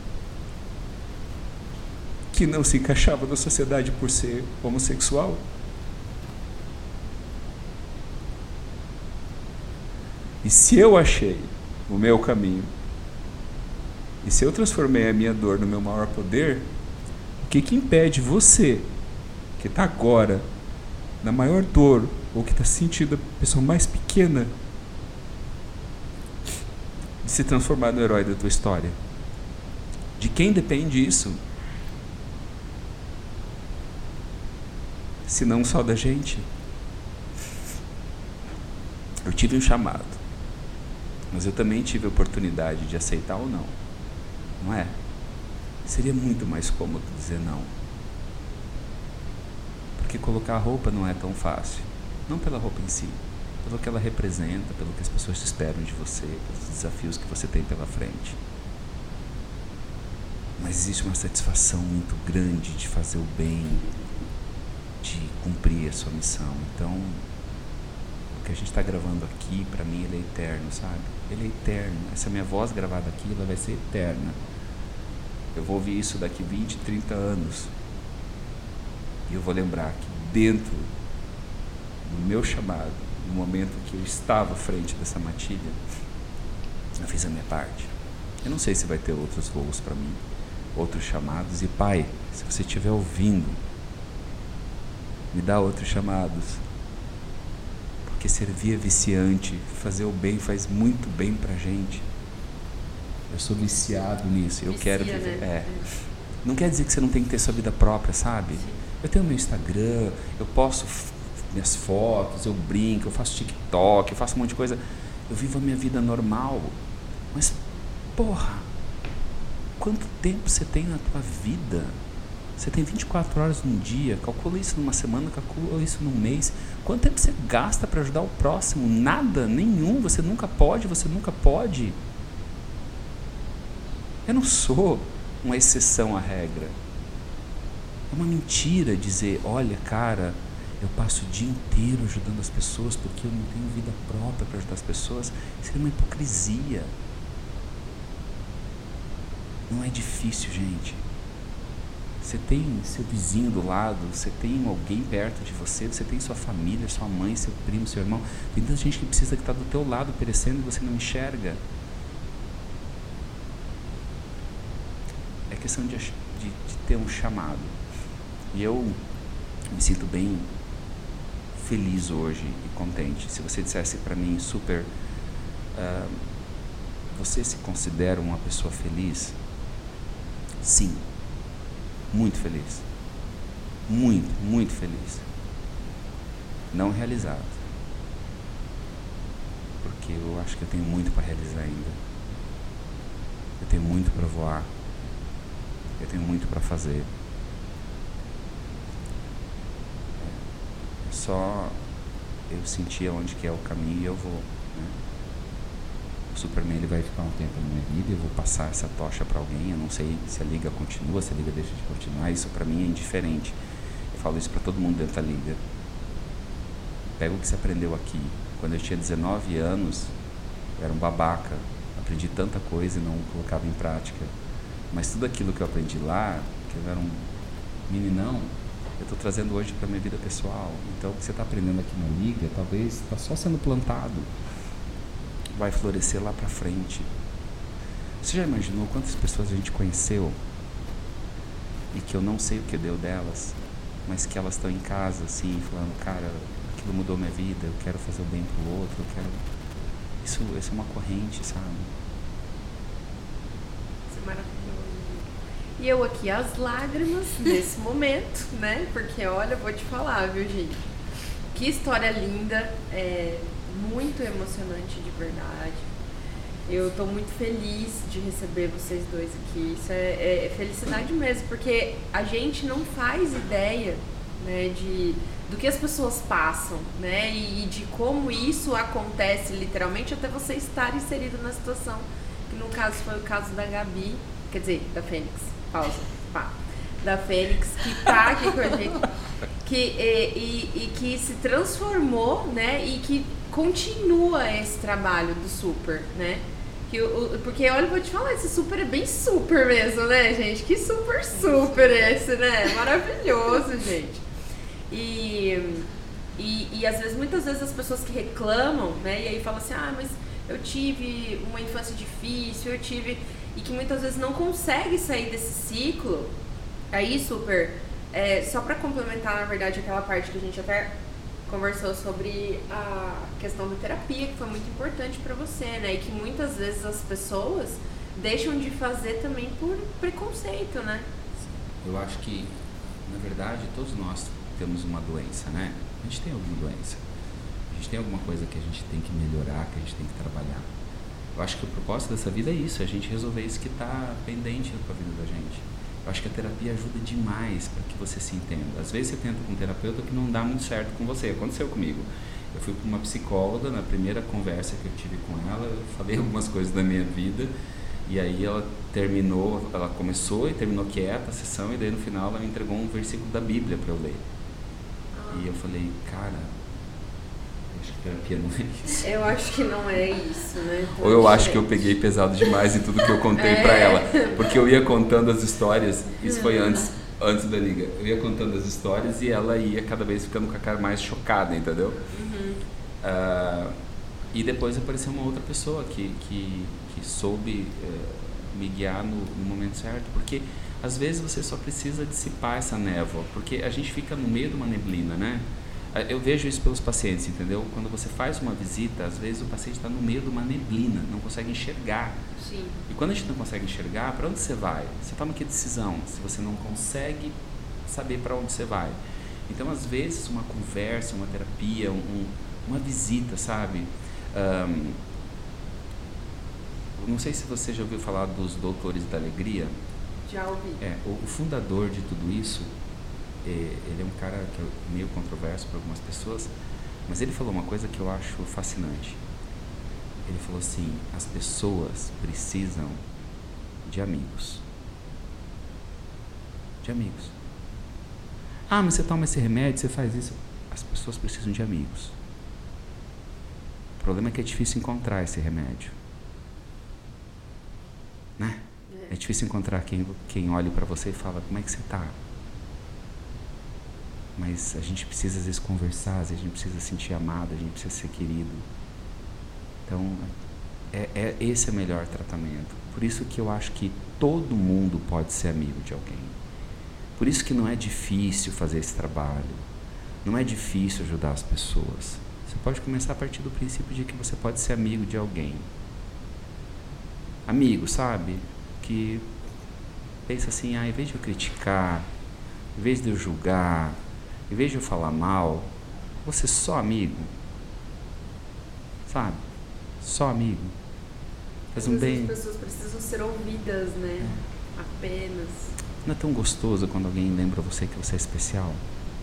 que não se encaixava na sociedade por ser homossexual. E se eu achei o meu caminho, e se eu transformei a minha dor no meu maior poder, o que impede você, que está agora na maior dor, ou que está sentindo a pessoa mais pequena, de se transformar no herói da tua história? De quem depende isso? Se não só da gente. Eu tive um chamado, mas eu também tive a oportunidade de aceitar ou não. Não é? Seria muito mais cômodo dizer não. Porque colocar a roupa não é tão fácil. Não pela roupa em si, pelo que ela representa, pelo que as pessoas esperam de você, pelos desafios que você tem pela frente. Mas existe uma satisfação muito grande de fazer o bem, de cumprir a sua missão. Então, o que a gente está gravando aqui, para mim, ele é eterno, sabe? Ele é eterno. Essa minha voz gravada aqui, ela vai ser eterna. Eu vou ouvir isso daqui 20, 30 anos. E eu vou lembrar que dentro do meu chamado, no momento que eu estava à frente dessa matilha, eu fiz a minha parte. Eu não sei se vai ter outros voos para mim, outros chamados. E Pai, se você estiver ouvindo, me dá outros chamados. Porque servir é viciante, fazer o bem faz muito bem pra gente. Eu sou viciado nisso, eu quero viver. Né? Não quer dizer que você não tem que ter sua vida própria, sabe? Eu tenho meu Instagram, eu posto minhas fotos, eu brinco, eu faço TikTok, eu faço um monte de coisa. Eu vivo a minha vida normal. Mas, porra, quanto tempo você tem na tua vida? Você tem 24 horas num dia, calcula isso numa semana, calcula isso num mês. Quanto tempo você gasta para ajudar o próximo? Nada, nenhum. Você nunca pode. Eu não sou uma exceção à regra. É uma mentira dizer, olha, cara, eu passo o dia inteiro ajudando as pessoas porque eu não tenho vida própria para ajudar as pessoas. Isso é uma hipocrisia. Não é difícil, gente. Você tem seu vizinho do lado, você tem alguém perto de você, você tem sua família, sua mãe, seu primo, seu irmão. Tem tanta gente que precisa que está do teu lado perecendo e você não enxerga. É questão de ter um chamado. E eu me sinto bem feliz hoje e contente. Se você dissesse para mim super... você se considera uma pessoa feliz? Sim. Muito feliz. Muito, muito feliz. Não realizado. Porque eu acho que eu tenho muito para realizar ainda. Eu tenho muito para voar. Eu tenho muito para fazer. É só eu sentir onde que é o caminho e eu vou, né? O Superman, ele vai ficar um tempo na minha vida, eu vou passar essa tocha para alguém. Eu não sei se a liga continua, se a liga deixa de continuar. Isso para mim é indiferente. Eu falo isso para todo mundo dentro da liga. Pega o que você aprendeu aqui. Quando eu tinha 19 anos, eu era um babaca. Aprendi tanta coisa e não colocava em prática. Mas tudo aquilo que eu aprendi lá, que eu era um meninão, eu estou trazendo hoje para a minha vida pessoal. Então, o que você está aprendendo aqui na liga, talvez está só sendo plantado. Vai florescer lá para frente. Você já imaginou quantas pessoas a gente conheceu e que eu não sei o que deu delas, mas que elas estão em casa, assim, falando, cara, aquilo mudou minha vida, eu quero fazer o bem pro outro, eu quero... Isso é uma corrente, sabe? Isso é maravilhoso. E eu aqui, as lágrimas nesse momento, né? Porque, olha, eu vou te falar, viu, gente? Que história linda, muito emocionante de verdade. Eu tô muito feliz de receber vocês dois aqui. Isso é felicidade mesmo, porque a gente não faz ideia, né, do que as pessoas passam, né, e de como isso acontece literalmente até você estar inserido na situação, que no caso foi o caso da Gabi, quer dizer, da Fênix, pausa, pá, da Fênix, que tá aqui com a gente, que se transformou, né, e que continua esse trabalho do super, né, porque olha, eu vou te falar, esse super é bem super mesmo, né, gente, que super esse, né, maravilhoso, gente. E às vezes, muitas vezes as pessoas que reclamam, né, e aí falam assim, mas eu tive uma infância difícil, e que muitas vezes não consegue sair desse ciclo. Aí, super, só pra complementar, na verdade, aquela parte que a gente até conversou sobre a questão da terapia, que foi muito importante pra você, né, e que muitas vezes as pessoas deixam de fazer também por preconceito, né? Eu acho que, na verdade, todos nós temos uma doença, né? A gente tem alguma doença. A gente tem alguma coisa que a gente tem que melhorar, que a gente tem que trabalhar. Eu acho que o propósito dessa vida é isso, a gente resolver isso que está pendente com a vida da gente. Eu acho que a terapia ajuda demais para que você se entenda. Às vezes você tenta com um terapeuta que não dá muito certo com você. Aconteceu comigo. Eu fui para uma psicóloga, na primeira conversa que eu tive com ela, eu falei algumas coisas da minha vida, e aí ela começou e terminou quieta a sessão, e daí no final ela me entregou um versículo da Bíblia para eu ler. E eu falei, cara, acho que terapia não é isso. Eu acho que não é isso, né? Ou eu acho que eu peguei pesado demais em tudo que eu contei pra ela. Porque eu ia contando as histórias, isso foi antes da liga. Eu ia contando as histórias e ela ia cada vez ficando com a cara mais chocada, entendeu? E depois apareceu uma outra pessoa que soube me guiar no momento certo. Porque às vezes você só precisa dissipar essa névoa, porque a gente fica no meio de uma neblina, né? Eu vejo isso pelos pacientes, entendeu? Quando você faz uma visita, às vezes o paciente está no meio de uma neblina, não consegue enxergar. Sim. E quando a gente não consegue enxergar, para onde você vai? Você toma que decisão se você não consegue saber para onde você vai? Então, às vezes, uma conversa, uma terapia, uma visita, sabe? Não sei se você já ouviu falar dos Doutores da Alegria. Já ouvi. O fundador de tudo isso, ele é um cara que é meio controverso para algumas pessoas, mas ele falou uma coisa que eu acho fascinante. Ele falou assim, as pessoas precisam de amigos. De amigos. Mas você toma esse remédio, você faz isso. As pessoas precisam de amigos. O problema é que é difícil encontrar esse remédio. Né? É difícil encontrar quem olhe para você e fala, como é que você está? Mas a gente precisa, às vezes, conversar, às vezes a gente precisa se sentir amado, a gente precisa ser querido. Então, esse é o melhor tratamento. Por isso que eu acho que todo mundo pode ser amigo de alguém. Por isso que não é difícil fazer esse trabalho. Não é difícil ajudar as pessoas. Você pode começar a partir do princípio de que você pode ser amigo de alguém. Amigo, sabe? Que pensa assim, em vez de eu criticar, em vez de eu julgar, em vez de eu falar mal, vou ser só amigo. Sabe? Só amigo. Faz um bem. As pessoas precisam ser ouvidas, né? Apenas. Não é tão gostoso quando alguém lembra você que você é especial?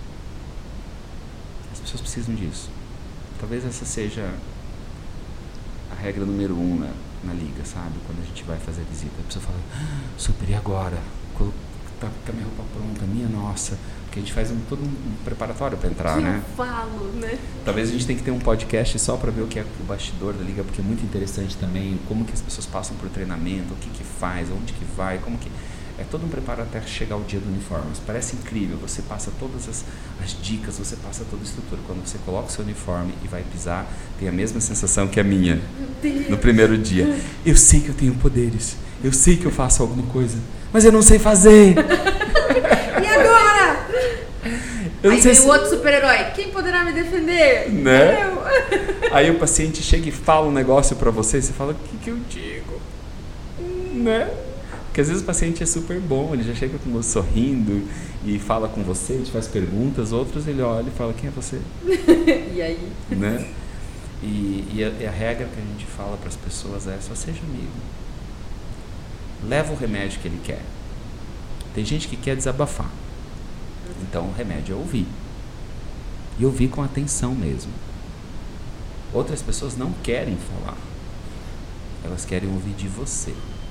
As pessoas precisam disso. Talvez essa seja a regra número 1 na liga, sabe? Quando a gente vai fazer visita, a pessoa fala, super, e agora? Tá com a minha roupa pronta, minha nossa. Porque a gente faz todo um preparatório para entrar, né? Eu falo, né? Talvez a gente tenha que ter um podcast só para ver o que é o bastidor da liga, porque é muito interessante também, como que as pessoas passam por treinamento, o que faz, onde que vai, como que... É todo um preparo até chegar o dia do uniforme. Mas parece incrível, você passa todas as dicas, você passa toda a estrutura. Quando você coloca o seu uniforme e vai pisar, tem a mesma sensação que a minha no primeiro dia. Eu sei que eu tenho poderes, eu sei que eu faço alguma coisa, mas eu não sei fazer. E agora? Aí vem o outro super-herói. Quem poderá me defender? Né? Eu. Aí o paciente chega e fala um negócio pra você e você fala, o que eu digo? Né? Porque às vezes o paciente é super bom, ele já chega com você sorrindo e fala com você, te faz perguntas, outros ele olha e fala, quem é você? E aí? Né? E a regra que a gente fala para as pessoas é, só seja amigo. Leva o remédio que ele quer. Tem gente que quer desabafar. Então o remédio é ouvir. E ouvir com atenção mesmo. Outras pessoas não querem falar. Elas querem ouvir de você.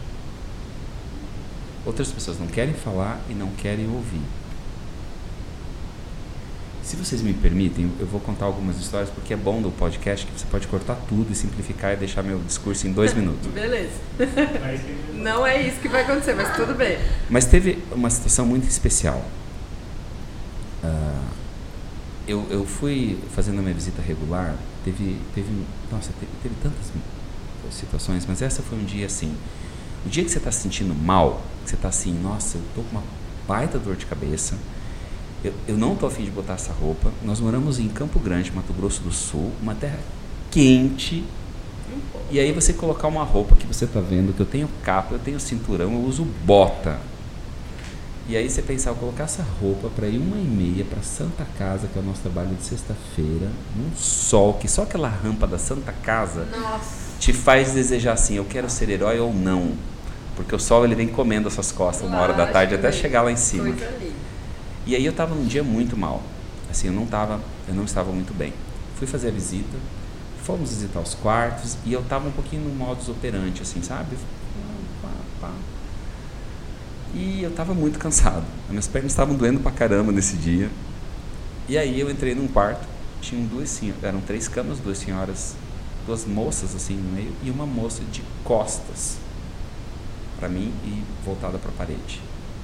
Outras pessoas não querem falar e não querem ouvir. Se vocês me permitem, eu vou contar algumas histórias, porque é bom do podcast que você pode cortar tudo e simplificar e deixar meu discurso em 2 minutos. Beleza. Não é isso que vai acontecer, mas tudo bem. Mas teve uma situação muito especial. Eu fui fazendo a minha visita regular, teve tantas situações, mas essa foi um dia assim. O dia que você está se sentindo mal, que você está assim, nossa, eu estou com uma baita dor de cabeça, eu não estou a fim de botar essa roupa. Nós moramos em Campo Grande, Mato Grosso do Sul, uma terra quente, e aí você colocar uma roupa que você está vendo, que eu tenho capa, eu tenho cinturão, eu uso bota. E aí você pensar, eu colocar essa roupa para ir 1h30 para Santa Casa, que é o nosso trabalho de sexta-feira, num sol, que só aquela rampa da Santa Casa te faz desejar assim, eu quero ser herói ou não. Porque o sol ele vem comendo as suas costas 1h da tarde até chegar lá em cima. E aí eu estava num dia muito mal. Assim, eu não estava muito bem. Fui fazer a visita, fomos visitar os quartos e eu estava um pouquinho no modus operandi, assim, sabe? E eu estava muito cansado. As minhas pernas estavam doendo pra caramba nesse dia. E aí eu entrei num quarto, tinham eram 3 camas, 2 senhoras, 2 moças assim no meio e uma moça de costas para mim e voltada para a parede.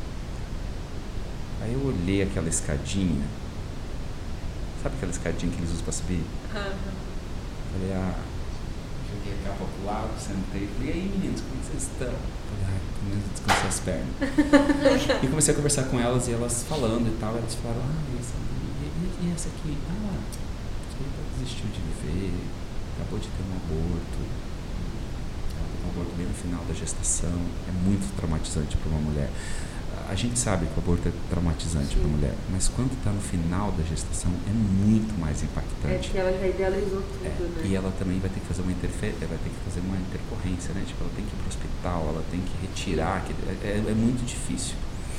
Aí eu olhei aquela escadinha, sabe aquela escadinha que eles usam para subir? Falei, joguei a capa pro lado, sentei, falei, e aí meninos, como vocês estão? Falei, pelo menos descansei as pernas. E comecei a conversar com elas e elas falando e tal, elas falaram, e essa aqui? Desistiu de viver, acabou de ter um aborto. Ela teve um aborto bem no final da gestação. É muito traumatizante para uma mulher. A gente sabe que o aborto é traumatizante para a mulher, mas quando está no final da gestação é muito mais impactante. É que ela já idealizou tudo, né? E ela também vai ter que fazer uma intercorrência, né? Tipo, ela tem que ir para o hospital, ela tem que retirar, é muito difícil.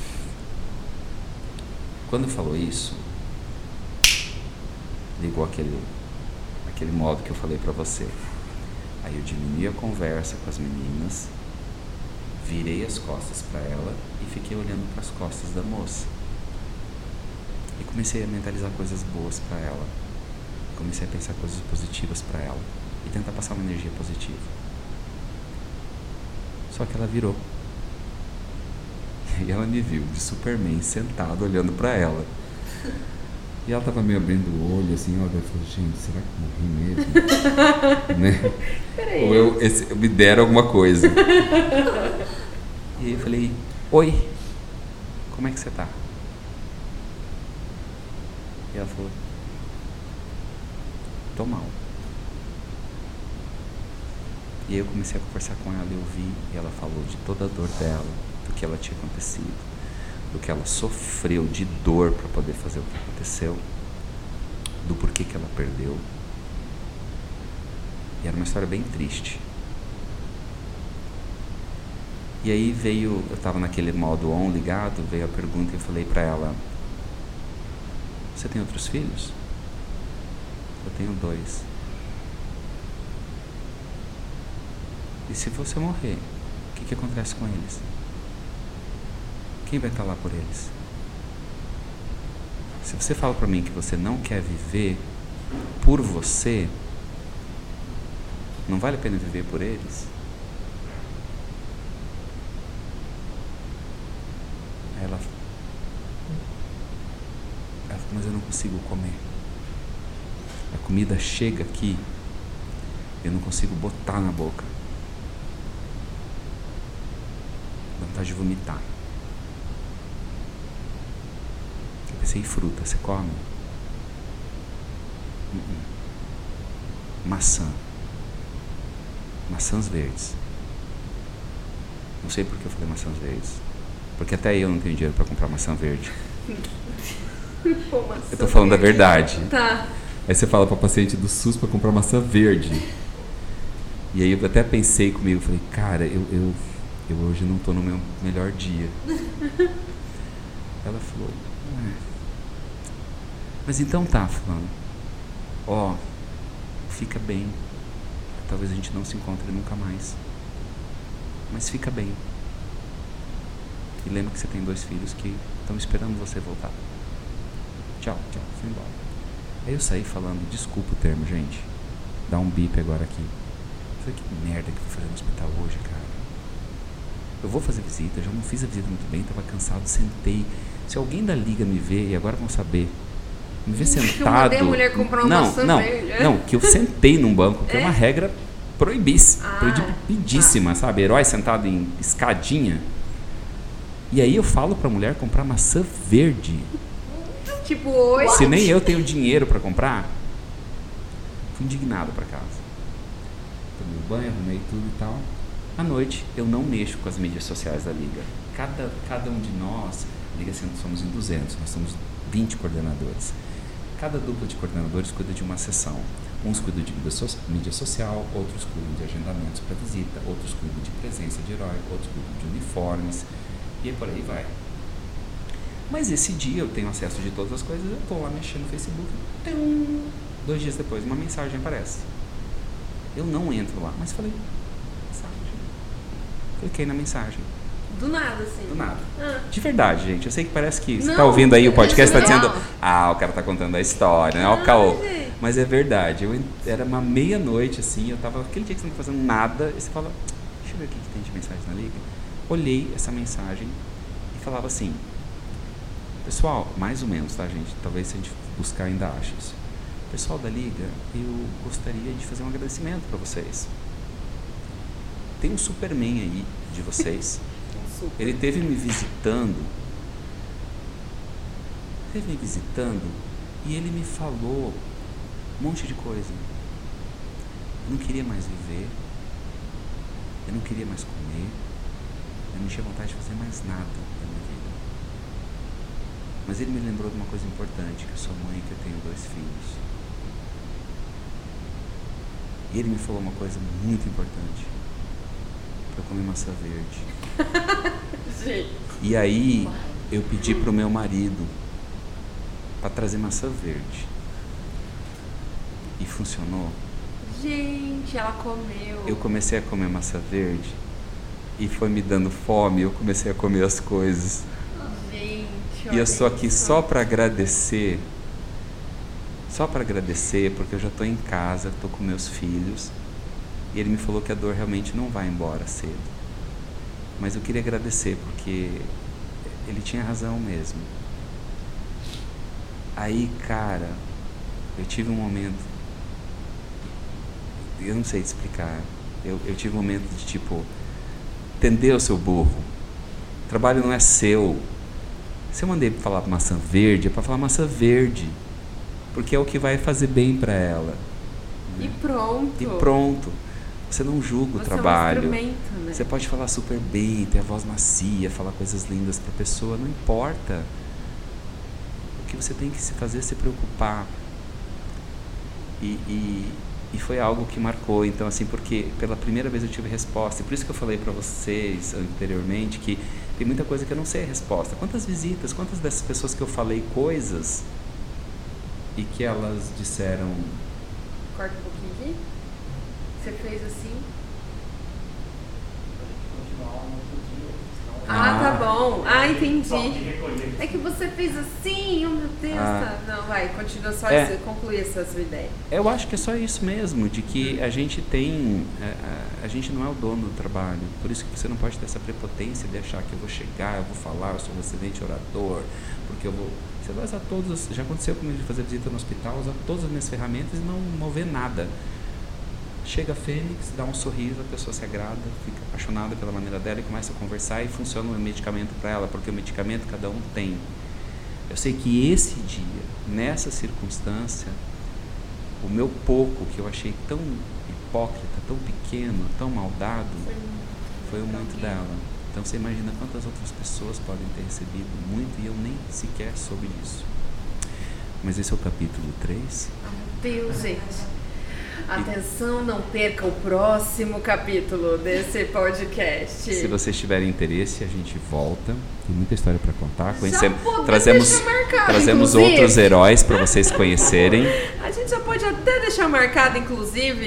Quando falou isso, ligou aquele modo que eu falei para você. Aí eu diminui a conversa com as meninas, virei as costas para ela e fiquei olhando para as costas da moça. E comecei a mentalizar coisas boas para ela. Comecei a pensar coisas positivas para ela e tentar passar uma energia positiva. Só que ela virou. E ela me viu de Superman sentado olhando para ela. E ela tava meio abrindo o olho assim, ó, eu falei, gente, será que eu morri mesmo? Né? Peraí. Ou eu me deram alguma coisa. E eu falei, oi, como é que você tá? E ela falou, tô mal. E aí eu comecei a conversar com ela e ouvi, e ela falou de toda a dor dela, do que ela tinha acontecido, do que ela sofreu de dor para poder fazer o que aconteceu, do porquê que ela perdeu. E era uma história bem triste. E aí veio, eu estava naquele modo on ligado, veio a pergunta e eu falei para ela: você tem outros filhos? Eu tenho 2. E se você morrer, o que acontece com eles? Quem vai estar lá por eles? Se você fala para mim que você não quer viver por você, não vale a pena viver por eles? Aí ela falou, mas eu não consigo comer. A comida chega aqui, eu não consigo botar na boca. Dá vontade de vomitar. Eu pensei, e fruta, você come? Maçã. Maçãs verdes. Não sei por que eu falei maçãs verdes. Porque até eu não tenho dinheiro para comprar maçã verde. Pô, maçã eu tô falando verde. da verdade. Tá. Aí você fala para paciente do SUS para comprar maçã verde. E aí eu até pensei comigo, falei, cara, eu hoje não tô no meu melhor dia. Ela falou, mas então tá, fulano. Ó, fica bem. Talvez a gente não se encontre nunca mais. Mas fica bem. E lembra que você tem 2 filhos que estão esperando você voltar. Tchau, tchau, fui embora. Aí eu saí falando, desculpa o termo, gente. Dá um bip agora aqui. Eu falei, que merda que eu vou fazer no hospital hoje, cara. Eu vou fazer visita, já não fiz a visita muito bem, tava cansado, sentei. Se alguém da liga me vê, e agora vão saber, me vê sentado. Eu mandei a mulher comprar uma maçã verde. Não, que eu sentei num banco, que é uma regra proibidíssima, sabe? Herói sentado em escadinha. E aí eu falo pra mulher comprar maçã verde. Tipo, hoje. Se nem eu tenho dinheiro pra comprar, fui indignado pra casa. Tomei banho, arrumei tudo e tal. À noite, eu não mexo com as mídias sociais da Liga. Cada um de nós, Liga somos em 200, nós somos 20 coordenadores. Cada dupla de coordenadores cuida de uma seção. Uns cuidam de mídia social, outros cuidam de agendamentos para visita, outros cuidam de presença de herói, outros cuidam de uniformes, e por aí vai. Mas esse dia eu tenho acesso de todas as coisas, eu estou lá mexendo no Facebook, 2 dias depois uma mensagem aparece. Eu não entro lá, mas falei, mensagem. Cliquei na mensagem. Do nada, assim. Do nada. De verdade, gente. Eu sei que parece que você não, está ouvindo aí o podcast, está dizendo, não. o cara está contando a história, né? O caô. Mas é verdade. Era uma meia-noite, assim, eu estava aquele dia que você não estava fazendo nada, e você fala, deixa eu ver o que tem de mensagem na Liga. Olhei essa mensagem e falava assim, pessoal, mais ou menos, tá, gente? Talvez se a gente buscar ainda ache isso. Pessoal da Liga, eu gostaria de fazer um agradecimento para vocês. Tem um Superman aí de vocês. Ele esteve me visitando e ele me falou um monte de coisa. Eu não queria mais viver, eu não queria mais comer, eu não tinha vontade de fazer mais nada da minha vida. Mas ele me lembrou de uma coisa importante, que eu sou mãe, que eu tenho 2 filhos. E ele me falou uma coisa muito importante, para eu comer maçã verde. E aí eu pedi pro meu marido para trazer maçã verde. E funcionou. Gente, ela comeu. Eu comecei a comer maçã verde e foi me dando fome, eu comecei a comer as coisas. Gente, e eu estou aqui só para agradecer. Só para agradecer, porque eu já estou em casa, estou com meus filhos. E ele me falou que a dor realmente não vai embora cedo. Mas eu queria agradecer, porque ele tinha razão mesmo. Aí, cara, eu tive um momento, eu não sei te explicar, eu tive um momento de tipo, entendeu, seu burro? O trabalho não é seu. Se eu mandei para falar maçã verde, é para falar maçã verde, porque é o que vai fazer bem para ela. E pronto. E pronto. Você não julga o trabalho. É um instrumento, né? Você pode falar super bem, ter a voz macia, falar coisas lindas para a pessoa, não importa. O que você tem que se fazer é se preocupar. E E foi algo que marcou, então assim, porque pela primeira vez eu tive resposta. E por isso que eu falei para vocês anteriormente que tem muita coisa que eu não sei a resposta. Quantas visitas, quantas dessas pessoas que eu falei coisas e que elas disseram... Corta um pouquinho aqui. Você fez assim. Tá bom. Entendi. É que você fez assim, oh meu Deus. Não, vai, continua só concluir essa sua ideia. Eu acho que é só isso mesmo, de que a gente tem, a gente não é o dono do trabalho, por isso que você não pode ter essa prepotência de achar que eu vou chegar, eu vou falar, eu sou um excelente orador, porque eu vou... Você vai usar todas, já aconteceu comigo de fazer visita no hospital, usar todas as minhas ferramentas e não mover nada. Chega a Fênix, dá um sorriso, a pessoa se agrada, fica apaixonada pela maneira dela e começa a conversar e funciona o medicamento para ela, porque o medicamento cada um tem. Eu sei que esse dia, nessa circunstância, o meu pouco, que eu achei tão hipócrita, tão pequeno, tão maldado, foi o muito dela. Então você imagina quantas outras pessoas podem ter recebido muito e eu nem sequer soube disso. Mas esse é o capítulo 3. Meu Deus, gente. Atenção, não perca o próximo capítulo desse podcast. Se vocês tiverem interesse, a gente volta. Tem muita história para contar. Trazemos outros heróis para vocês conhecerem. A gente já pode até deixar marcado, inclusive,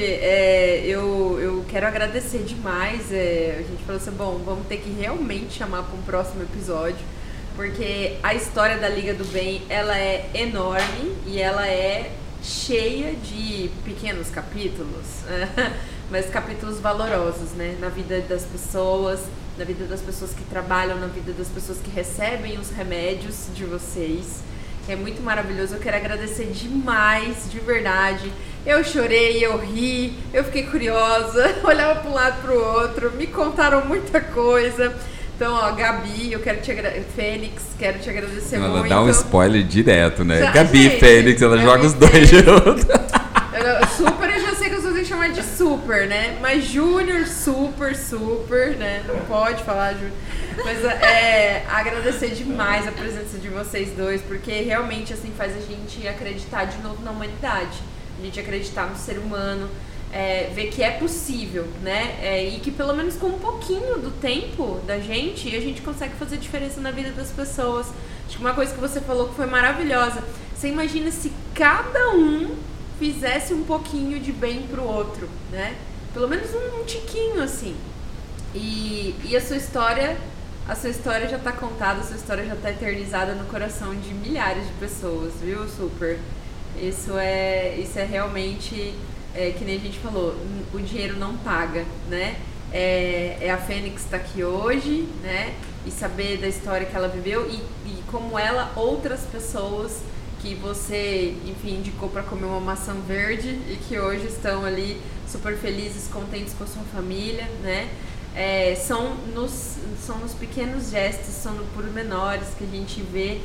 eu quero agradecer demais. A gente falou assim, bom, vamos ter que realmente chamar para um próximo episódio, porque a história da Liga do Bem, ela é enorme e ela é cheia de pequenos capítulos, mas capítulos valorosos, né? Na vida das pessoas, na vida das pessoas que trabalham, na vida das pessoas que recebem os remédios de vocês. É muito maravilhoso, eu quero agradecer demais, de verdade. Eu chorei, eu ri, eu fiquei curiosa, olhava para um lado para o outro, me contaram muita coisa. Então, Gabi, eu quero te agradecer. Fênix, quero te agradecer muito. Ela dá um spoiler direto, né? Já, Gabi, gente, Fênix, ela joga os dois juntos. Super, eu já sei que eu só tenho que chamar de Super, né? Mas Júnior, Super, né? Não pode falar Júnior. Mas agradecer demais a presença de vocês dois, porque realmente assim faz a gente acreditar de novo na humanidade. A gente acreditar no ser humano. Ver que é possível, né? E que pelo menos com um pouquinho do tempo da gente, a gente consegue fazer diferença na vida das pessoas. Acho que uma coisa que você falou que foi maravilhosa. Você imagina se cada um fizesse um pouquinho de bem pro outro, né? Pelo menos um tiquinho, assim. E a sua história já tá contada, a sua história já tá eternizada no coração de milhares de pessoas, viu, Super? Isso é realmente... que nem a gente falou, o dinheiro não paga, né? A Fênix tá aqui hoje, né? E saber da história que ela viveu e como ela, outras pessoas que você, enfim, indicou para comer uma maçã verde e que hoje estão ali super felizes, contentes com a sua família, né? São nos pequenos gestos, são nos pormenores que a gente vê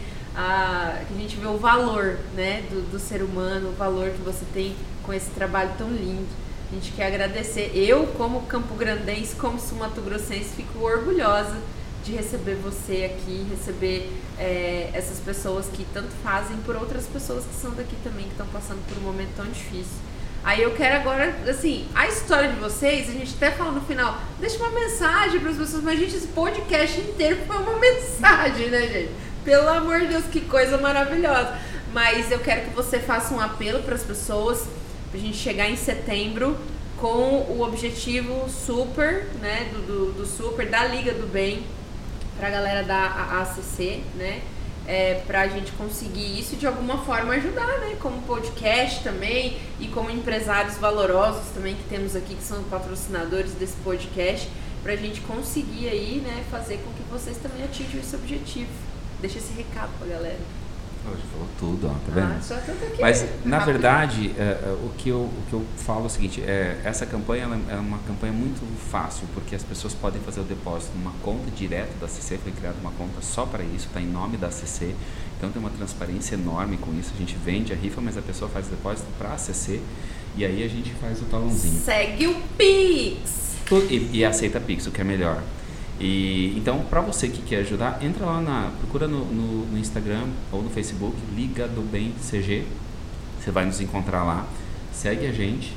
o valor, né, do ser humano, o valor que você tem com esse trabalho tão lindo. A gente quer agradecer. Eu, como campograndense, como sul-mato-grossense, fico orgulhosa de receber você aqui, receber essas pessoas que tanto fazem por outras pessoas que são daqui também, que estão passando por um momento tão difícil. Aí eu quero agora, assim, a história de vocês, a gente até fala no final, deixa uma mensagem para as pessoas, mas gente, esse podcast inteiro foi uma mensagem, né, gente? Pelo amor de Deus, que coisa maravilhosa. Mas eu quero que você faça um apelo para as pessoas, pra gente chegar em setembro com o objetivo super, né, do Super, da Liga do Bem, pra galera da ACC, né, pra gente conseguir isso e de alguma forma ajudar, né, como podcast também e como empresários valorosos também que temos aqui, que são patrocinadores desse podcast, pra gente conseguir aí, né, fazer com que vocês também atinjam esse objetivo. Deixa esse recado pra galera. Hoje falou tudo, ó, tá vendo? Só tanto aqui. Mas, na verdade, o que eu falo é o seguinte, essa campanha é uma campanha muito fácil, porque as pessoas podem fazer o depósito numa conta direto da ACC, foi criada uma conta só para isso, está em nome da ACC, então tem uma transparência enorme com isso, a gente vende a rifa, mas a pessoa faz o depósito para a ACC, e aí a gente faz o talãozinho. Segue o Pix! E aceita Pix, o que é melhor. Então, para você que quer ajudar, entra lá, procura no Instagram ou no Facebook, Liga do Bem CG, você vai nos encontrar lá, segue a gente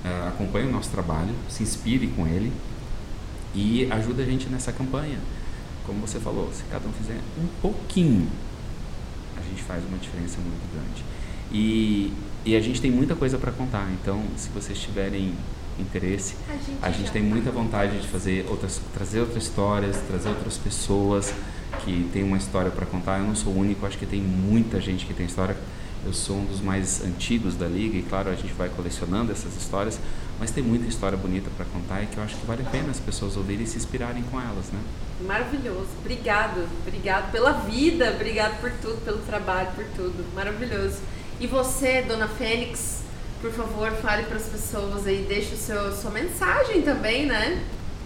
acompanhe o nosso trabalho, se inspire com ele e ajude a gente nessa campanha. Como você falou, se cada um fizer um pouquinho, a gente faz uma diferença muito grande. E a gente tem muita coisa para contar, então se vocês tiverem interesse, a gente tem muita vontade de trazer outras histórias, trazer outras pessoas que têm uma história para contar. Eu não sou o único, acho que tem muita gente que tem história. Eu sou um dos mais antigos da Liga e, claro, a gente vai colecionando essas histórias, mas tem muita história bonita para contar e que eu acho que vale a pena as pessoas ouvirem e se inspirarem com elas, né? Maravilhoso. Obrigado pela vida, obrigado por tudo, pelo trabalho, por tudo. Maravilhoso. E você, Dona Fênix, por favor, fale para as pessoas aí, deixe sua mensagem também, né?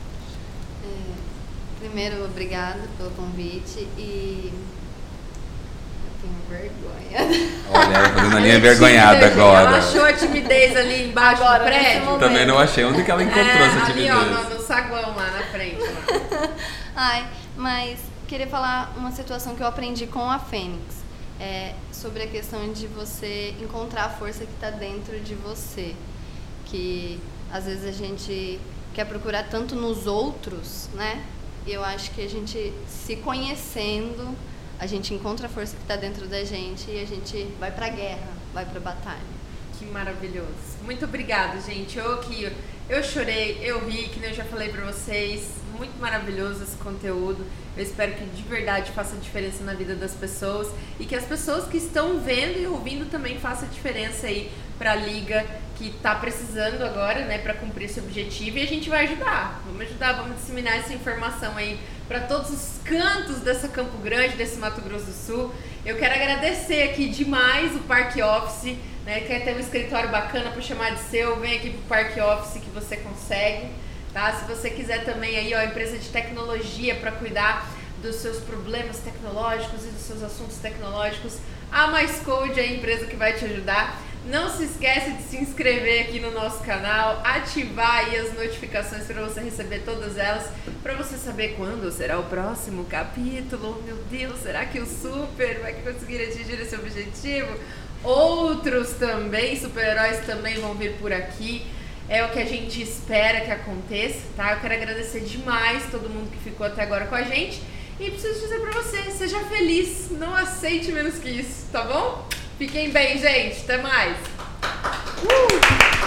Primeiro, obrigada pelo convite e eu tenho vergonha. Olha, ela fazendo a linha envergonhada agora. Ela achou a timidez ali embaixo do prédio? Também não achei. Onde que ela encontrou essa timidez? Ali, ó, no saguão lá na frente. Lá. Ai, mas queria falar uma situação que eu aprendi com a Fênix. Sobre a questão de você encontrar a força que está dentro de você. Que às vezes a gente quer procurar tanto nos outros, né? E eu acho que a gente se conhecendo, a gente encontra a força que está dentro da gente e a gente vai pra guerra, vai pra batalha. Que maravilhoso. Muito obrigada, gente. Eu chorei, eu ri, que nem eu já falei pra vocês. Muito maravilhoso esse conteúdo. Eu espero que de verdade faça diferença na vida das pessoas e que as pessoas que estão vendo e ouvindo também façam diferença aí pra Liga que tá precisando agora, né, pra cumprir esse objetivo, e a gente vai ajudar. Vamos disseminar essa informação aí para todos os cantos dessa Campo Grande, desse Mato Grosso do Sul. Eu quero agradecer aqui demais o Parque Office, né? Quer ter um escritório bacana para chamar de seu, vem aqui pro Parque Office que você consegue, tá? Se você quiser também aí, ó, empresa de tecnologia para cuidar dos seus problemas tecnológicos e dos seus assuntos tecnológicos, a MyScode é a empresa que vai te ajudar. Não se esquece de se inscrever aqui no nosso canal, ativar aí as notificações para você receber todas elas, para você saber quando será o próximo capítulo. Meu Deus, será que o Super vai conseguir atingir esse objetivo? Outros também, super-heróis também vão vir por aqui. É o que a gente espera que aconteça, tá? Eu quero agradecer demais todo mundo que ficou até agora com a gente. E preciso dizer pra você, seja feliz, não aceite menos que isso, tá bom? Fiquem bem, gente. Até mais.